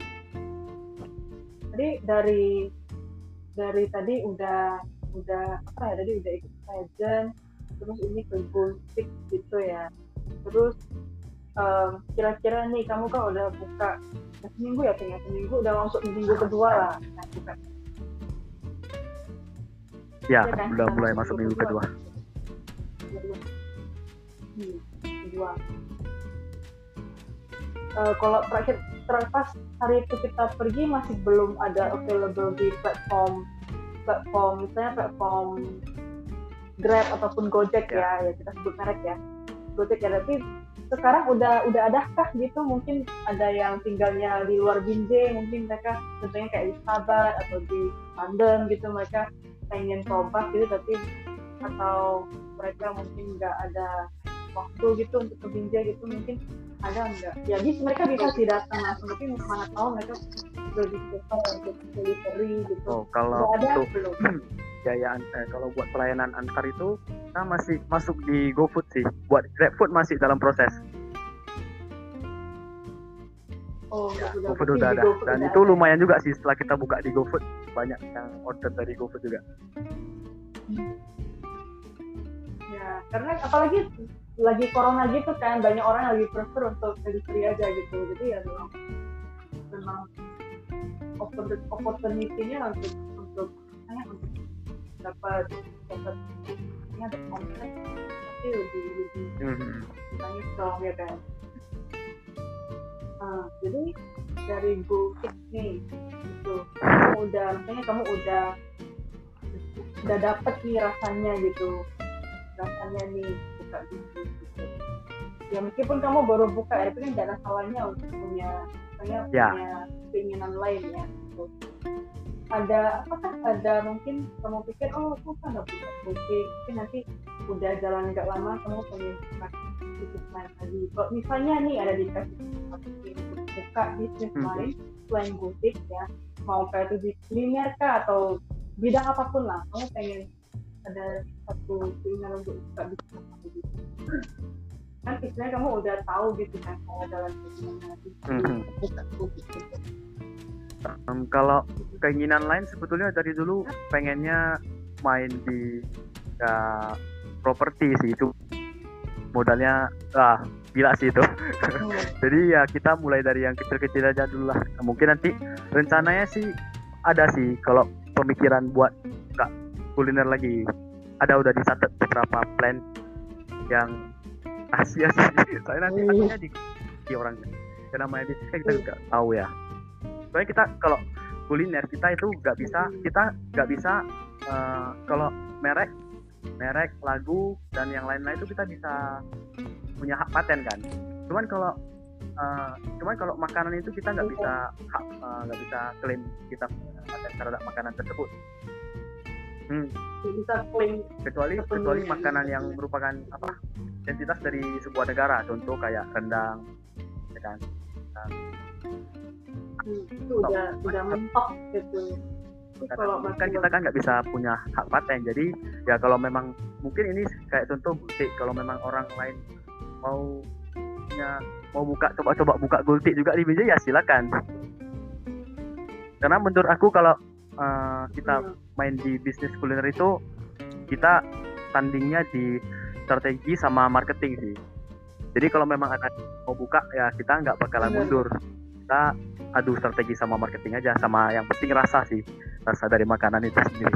jadi dari dari tadi udah udah apa ya tadi udah ikut pageant, terus ini ke gultik gitu ya. Terus um, kira-kira nih kamu kan udah buka udah seminggu ya, kayaknya seminggu udah masuk minggu kedua lah. Nah, buka. Ya, Iya kan? udah Nah, mulai masuk minggu kedua. Hmm, kedua. Uh, kalau terakhir terlepas hari itu kita pergi masih belum ada available di platform platform misalnya platform Grab ataupun Gojek ya, ya kita sebut merek ya, Gojek ya. Tapi sekarang udah udah adakah gitu, mungkin ada yang tinggalnya di luar Binjai, mungkin mereka contohnya kayak di Sabar atau di Bandung gitu, mereka pengen coba gitu, tapi atau mereka mungkin nggak ada waktu gitu untuk ke Binjai gitu, mungkin ada nggak? Ya bisa, mereka bisa sih datang langsung, tapi mana tahu mereka lebih prefer untuk delivery gitu. Oh, kalau Udah ada untuk belum? biaya eh, kalau buat pelayanan antar itu kita masih masuk di GoFood sih. Buat GrabFood masih dalam proses. Oh, Ya, udah, GoFood berarti udah di ada. GoFood Dan udah itu ada. lumayan juga sih, setelah kita buka di GoFood banyak yang order dari GoFood juga. Ya, karena apalagi lagi corona gitu kan, banyak orang yang lagi prefer untuk delivery aja gitu. Jadi ya memang memang oppor- opportunity-nya untuk untuk saya untuk dapat dapat ini ada omset pasti lebih lebih Hmm. banyak strong ya kan. Nah, jadi dari butik nih gitu, kamu udah maksudnya kamu udah udah dapet nih rasanya gitu, rasanya nih buka bisnis gitu. Ya meskipun kamu baru buka ya, itu kan gak ada salahnya untuk punya misalnya Ya. punya keinginan lain ya gitu. Ada apakah ada mungkin kamu pikir oh aku kan udah buka butik, tapi nanti udah jalan gak lama kamu pengen buka bisnis lain lagi. Kalau misalnya nih ada dikasih kesempatan untuk buka bisnis Hmm. lain selain butik ya, mau kayak itu di kuliner kah atau bidang apapun lah, kamu pengen ada satu keinginan untuk buka bisnis lagi. Kan istilahnya kamu udah tahu gitu kan mau jalan kemana nanti Mhm. buka butik gitu. Um, kalau keinginan lain sebetulnya dari dulu pengennya main di ya, properti sih, itu modalnya ah gila sih itu. Hmm. Jadi ya kita mulai dari yang kecil-kecil aja dulu lah. Mungkin nanti rencananya sih ada sih kalau pemikiran buat buka kuliner lagi. Ada udah dicatat beberapa plan yang rahasia sih. Soalnya nanti takutnya di, di orang yang namanya bisnis kan kita juga tahu ya. Soalnya kita kalau kuliner kita itu nggak bisa kita nggak bisa uh, kalau merek merek lagu dan yang lain-lain itu kita bisa punya hak paten kan. Cuman kalau uh, cuman kalau makanan itu kita nggak bisa hak uh, nggak bisa klaim kita punya paten terhadap makanan tersebut. Hmm. Bisa klaim kecuali kecuali makanan yang merupakan apa identitas dari sebuah negara, contoh kayak rendang, ya kan. Nah, hmm, itu udah udah mentok gitu. Tapi kalau kan masih kita kan nggak bisa punya hak paten, jadi ya kalau memang mungkin ini kayak contoh gultik, kalau memang orang lain mau punya mau buka coba-coba buka gultik juga di B J ya silakan. Karena menurut aku kalau uh, kita hmm, main di bisnis kuliner itu kita tandingnya di strategi sama marketing sih. Jadi kalau memang ada mau buka ya kita nggak bakalan Bener. mundur. Kita adu strategi sama marketing aja, sama yang penting rasa sih, rasa dari makanan itu sendiri.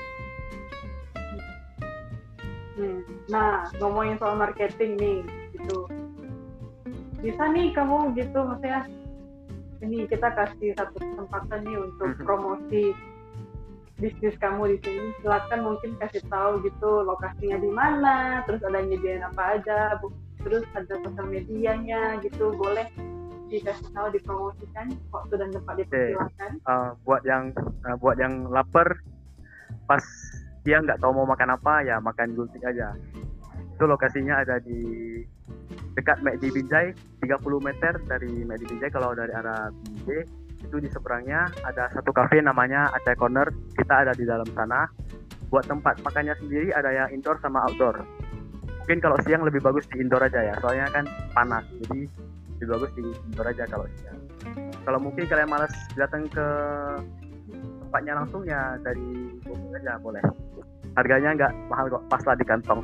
hmm. Nah ngomongin soal marketing nih gitu, bisa nih kamu gitu maksudnya ini kita kasih satu kesempatan nih untuk Mhm. promosi bisnis kamu di sini. Silakan mungkin kasih tahu gitu lokasinya di mana, terus ada nyediain apa aja, bu- terus ada sosial medianya gitu, boleh dikasih tahu, dipromosikan, waktu dan tempat dipersilakan. Uh, buat yang uh, buat yang lapar pas dia nggak tahu mau makan apa ya makan gultik aja. Itu lokasinya ada di dekat M C D Binjai, tiga puluh meter dari M C D Binjai. Kalau dari arah Binjai itu di seberangnya ada satu kafe namanya Aceh Corner. Kita ada di dalam sana. Buat tempat makannya sendiri ada yang indoor sama outdoor. Mungkin kalau siang lebih bagus di indoor aja ya, soalnya kan panas, jadi lebih bagus di indoor aja kalau siang. Kalau mungkin kalian malas datang ke tempatnya langsung ya dari booking aja boleh. Harganya nggak mahal kok, pas lah di kantong.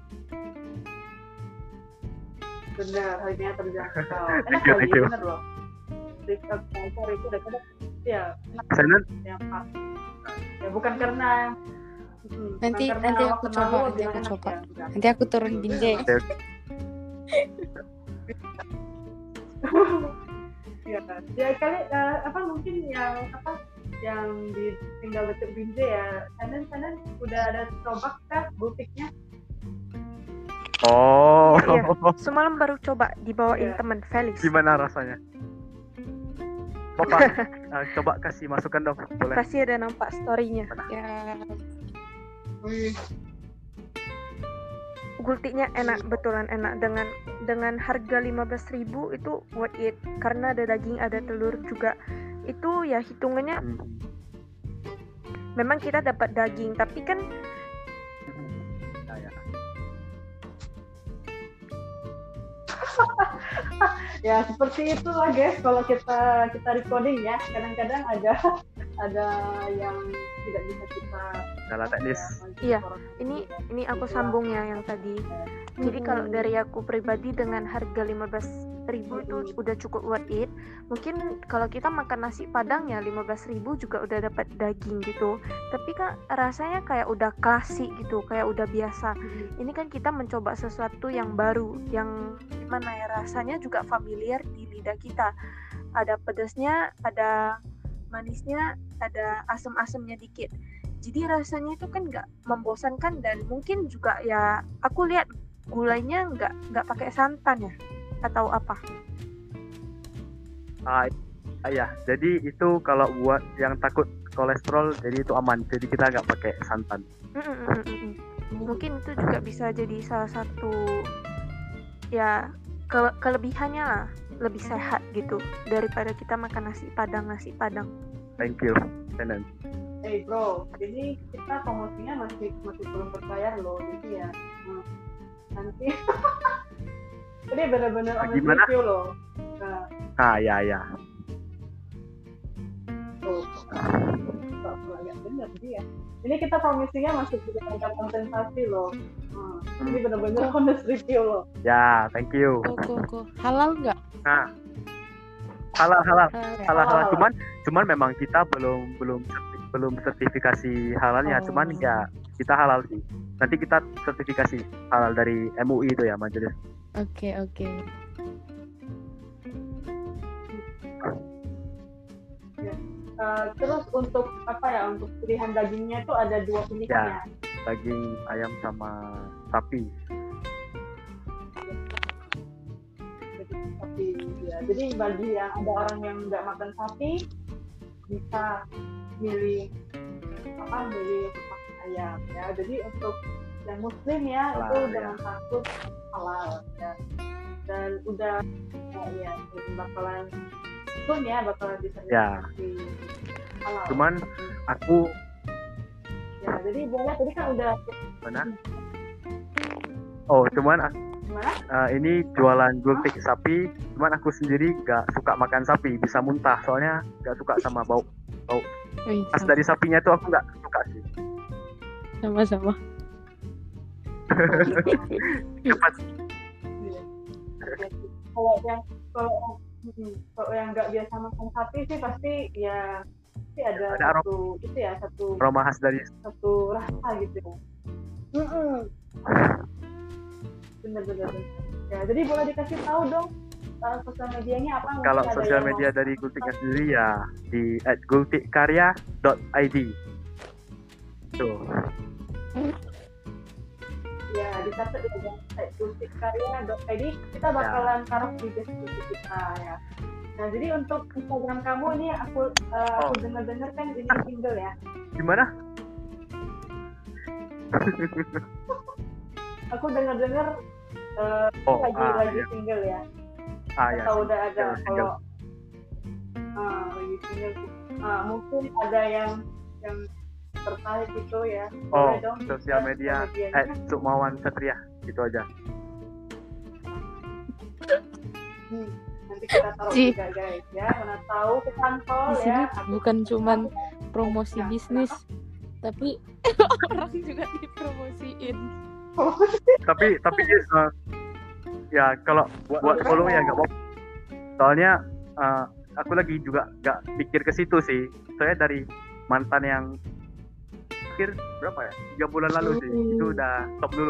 Benar, harganya terjangkau. Enak Thank you, lagi, thank you. bener loh. Dekat sponsor itu dekat ya enak Sana yang pas. Ya bukan karena hmm, bukan Nanti- karena nanti aku waktu coba, lalu nanti bilang aku enak coba. ya, enggak. Nanti aku turun Binjai. Ya, ya kali eh, apa mungkin yang apa yang di tinggal dekat Binjai ya, sana-sana udah ada coba kah butiknya? Oh, Iya. Semalam baru coba dibawain Iya. teman Felix. gimana rasanya? Bapak, eh, coba kasih masukan dong, boleh? Pasti ada nampak story-nya. Ya, Wih, Gultiknya enak, betulan enak, dengan dengan harga lima belas ribu itu worth it karena ada daging, ada telur juga. Itu ya hitungannya Hmm. memang kita dapat daging, tapi kan Ya, ya. ya seperti itulah guys kalau kita kita recording ya, kadang-kadang ada ada yang tidak bisa kita Salah teknis. Iya, ini ini aku sambung ya yang tadi. Jadi kalau dari aku pribadi dengan harga lima belas ribu itu udah cukup worth it. Mungkin kalau kita makan nasi padang ya lima belas ribu juga udah dapat daging gitu. Tapi kan rasanya kayak udah klasik gitu, kayak udah biasa. Ini kan kita mencoba sesuatu yang baru, yang gimana ya, rasanya juga familiar di lidah kita. ada pedasnya, ada manisnya, ada asam-asamnya dikit. Jadi rasanya itu kan nggak membosankan dan mungkin juga ya aku lihat gulanya nggak nggak pakai santan ya atau apa? Ah, ya, jadi itu kalau buat yang takut kolesterol, jadi itu aman. Jadi kita nggak pakai santan. Mm-mm-mm-mm. Mungkin itu juga bisa jadi salah satu ya ke- kelebihannya lah, lebih sehat gitu daripada kita makan nasi padang nasi padang. Thank you, Tenan. Eh bro, jadi kita promosinya masih masih belum berbayar loh, jadi ya hmm, nanti ini benar-benar honest Gimana? review loh. Nah, Ah, ya, ya. tuh, kok agak benar dia. Ini kita promosinya masih tidak ada kompensasi loh. Hmm, ini benar-benar honest review loh. Ya, thank you. Kok, kok, kok. Halal nggak? Nah, halal, halal, Halal. halal, halal. Halal. Cuman, cuman memang kita belum belum serti- belum sertifikasi halalnya. Oh. Cuman ya kita halal sih. Nanti kita sertifikasi halal dari M U I itu ya, Majelis. Oke, oke. Uh, terus untuk apa ya, untuk pilihan dagingnya itu ada dua pilihan ya. Daging ayam sama sapi. Daging sapi ya. Jadi bagi yang ada orang yang nggak makan sapi bisa milih apa milih makan ayam ya. Jadi untuk yang muslim ya Halal, itu ya. jangan takut halal ya. Dan udah ya, ya jadi bakalan pun ya bakalan disertifikasi halal. Cuman aku Ya, jadi boleh tadi kan udah mana? Oh, cuman aku, gimana? uh, ini jualan gultik sapi. Cuman aku sendiri nggak suka makan sapi, bisa muntah. Soalnya nggak suka sama bau Wih, khas sama- dari sapinya tuh aku nggak suka sih. sama-sama. Cepat. Iya. Kalau yang kalau mm, kalau yang nggak biasa makan sapi sih pasti ya pasti ada, Ada aroma. satu itu ya satu Aroma khas dari satu rasa gitu. Mm-mm. Bener-bener. Ya jadi boleh dikasih tahu dong uh, sosial medianya apa? Mungkin kalau ada sosial yang media mau- dari gultiknya sendiri ya di at gultikkarya dot i d. Tuh. Ya dicatat di website gultikkarya dot i d. Kita bakalan taruh di deskripsi kita ya. Nah jadi untuk Instagram kamu ini aku uh, aku Oh. dengar-dengar kan ini single ya. Gimana? Aku dengar-dengar uh, Oh, lagi ah, lagi iya. single ya. Ah ya. Atau udah ada single, kalau ah lagi single ah, mungkin ada yang yang tertarik gitu ya. Oh, Boleh dong sosial share media medianya. at Sukmawan Satria. Gitu aja. Hmm, nanti kita taruh Ji. juga guys ya. Mana tahu ketantol Di sini ya. Aku- bukan cuman aku- promosi Nah, bisnis, tapi orang juga dipromosiin. Tapi tapi uh, ya kalau buat, buat follow ya nggak apa-apa. Soalnya uh, aku lagi juga nggak pikir ke situ sih. Saya dari mantan yang pikir berapa ya? Tiga bulan lalu sih. Hmm. Itu udah stop dulu.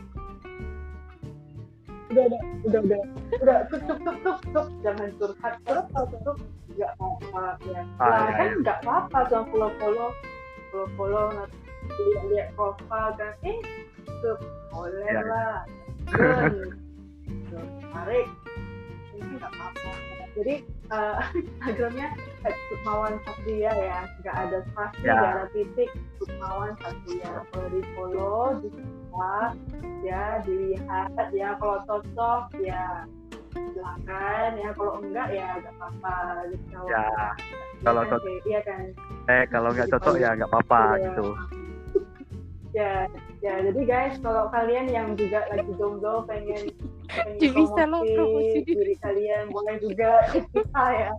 udah udah udah udah udah tutup tutup tutup tutup jangan curhat terus kalau tutup nggak apa-apa ya. Ah, Lah iya, kan iya. nggak apa-apa tuh follow follow follow follow nanti lihat profile kan eh tutup boleh Iya, iya. lah. Dan terus tarik ini nggak apa-apa. Jadi eh, Instagramnya Sukmawan Satria ya, nggak ada spasi, Ya. nggak ada titik, Sukmawan Satria. Kalau di follow, di share, ya dilihat ya, kalau cocok ya silakan ya, kalau enggak ya nggak apa-apa. Gitu. Ya, kalau kan, cocok. Kay? Iya kan. Eh kalau nggak cocok ya nggak apa-apa Iya. gitu. Ya, ya jadi guys, kalau kalian yang juga lagi jomblo pengen pengen Jadi bisa lo promosi promosi diri. diri kalian, boleh juga ke kita ya.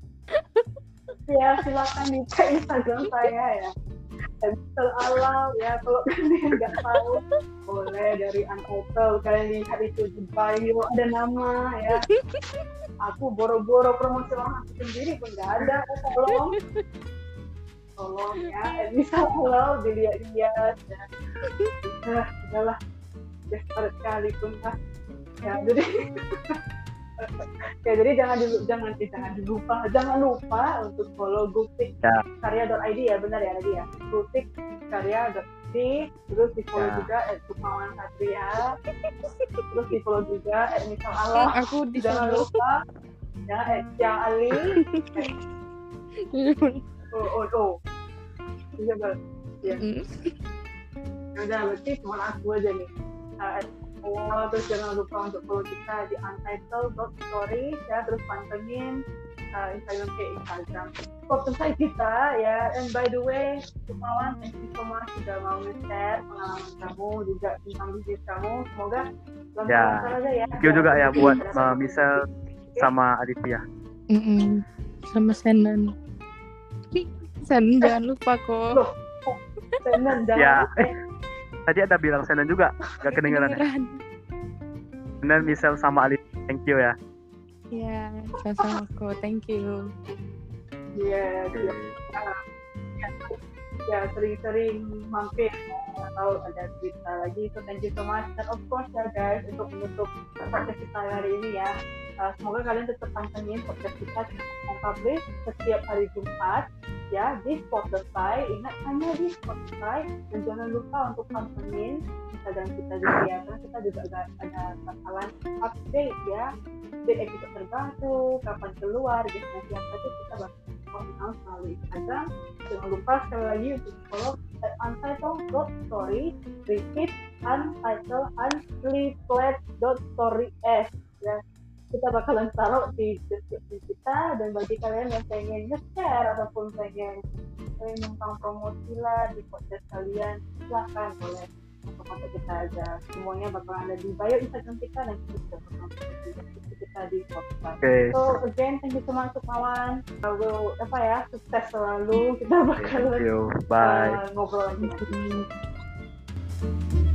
Ya silakan di Instagram saya ya. Untitled Alal ya, kalau kalian nggak tahu boleh dari Untitled, kalian lihat itu di bio ada nama ya. Aku boro-boro promosi orang aku sendiri pun nggak ada, tolong tolong ya, bisa Alal dilihat-lihat ya. Nah, udahlah desperate sekali pun lah ya. Jadi Ya jadi jangan di, jangan eh, jangan dilupa jangan lupa untuk follow gupik Ya. karya dot i d ya, benar ya tadi ya, gupik karya dot i d, terus di follow Ya. juga at Sukmawan Satria, terus di follow juga at Misal Allah, Aku di jangan sana. lupa ya at Siang Ali, oh oh oh bisa ber ya Mm. udah berarti cuma aku aja nih. Uh, Oh, terus jangan lupa untuk follow kita di untitled dot story ya, terus pantengin uh, Instagram ke Instagram Spotify kita ya. And by the way, Sukmawan, thank you so much sudah mau nge-share pengalaman kamu juga tentang bisnis kamu. Semoga lancar-lancar aja ya. Thank you juga ya buat Ada- uh, Misal sama Aditya. Mm-mm. Sama Senan. Senan jangan lupa kok. Loh, Senen, jangan Ya. lupa. Tadi ada bilang Senan juga, gak kedengeran ya. Kedengeran. Benar Misal sama Aditya, thank you ya. Ya, sama-sama kok. Thank you. Iya, iya. Ya, sering-sering mampir atau ada cerita lagi, so thank you so much. Dan of course ya guys, untuk menutup podcast kita hari ini ya, uh, semoga kalian tetap pantengin podcast kita yang publish setiap hari Jumat ya di Spotify. Ingat hanya di Spotify, dan jangan lupa untuk pantengin Instagram kita juga ya, karena kita juga ada, ada bakalan update ya, update episode terbaru, kapan keluar, biasanya siapa itu kita bakal announce melalui Instagram. Jangan lupa sekali lagi untuk follow at untitled dot story, repeat untitled unsleepless dot story s ya. Kita bakalan taruh di deskripsi kita, dan bagi kalian yang pengen nge-share ataupun pengen pengen tentang promosi lah di podcast kalian, silahkan boleh untuk kontak kita aja. Semuanya bakalan ada di bio Instagram kita, dan kita juga bakalan di deskripsi kita di Spotify. Oke. So again, thank you so much Sukmawan. Uh, will apa ya, sukses selalu. Kita Thank bakalan you. Bye. uh, ngobrol lagi. Thank you.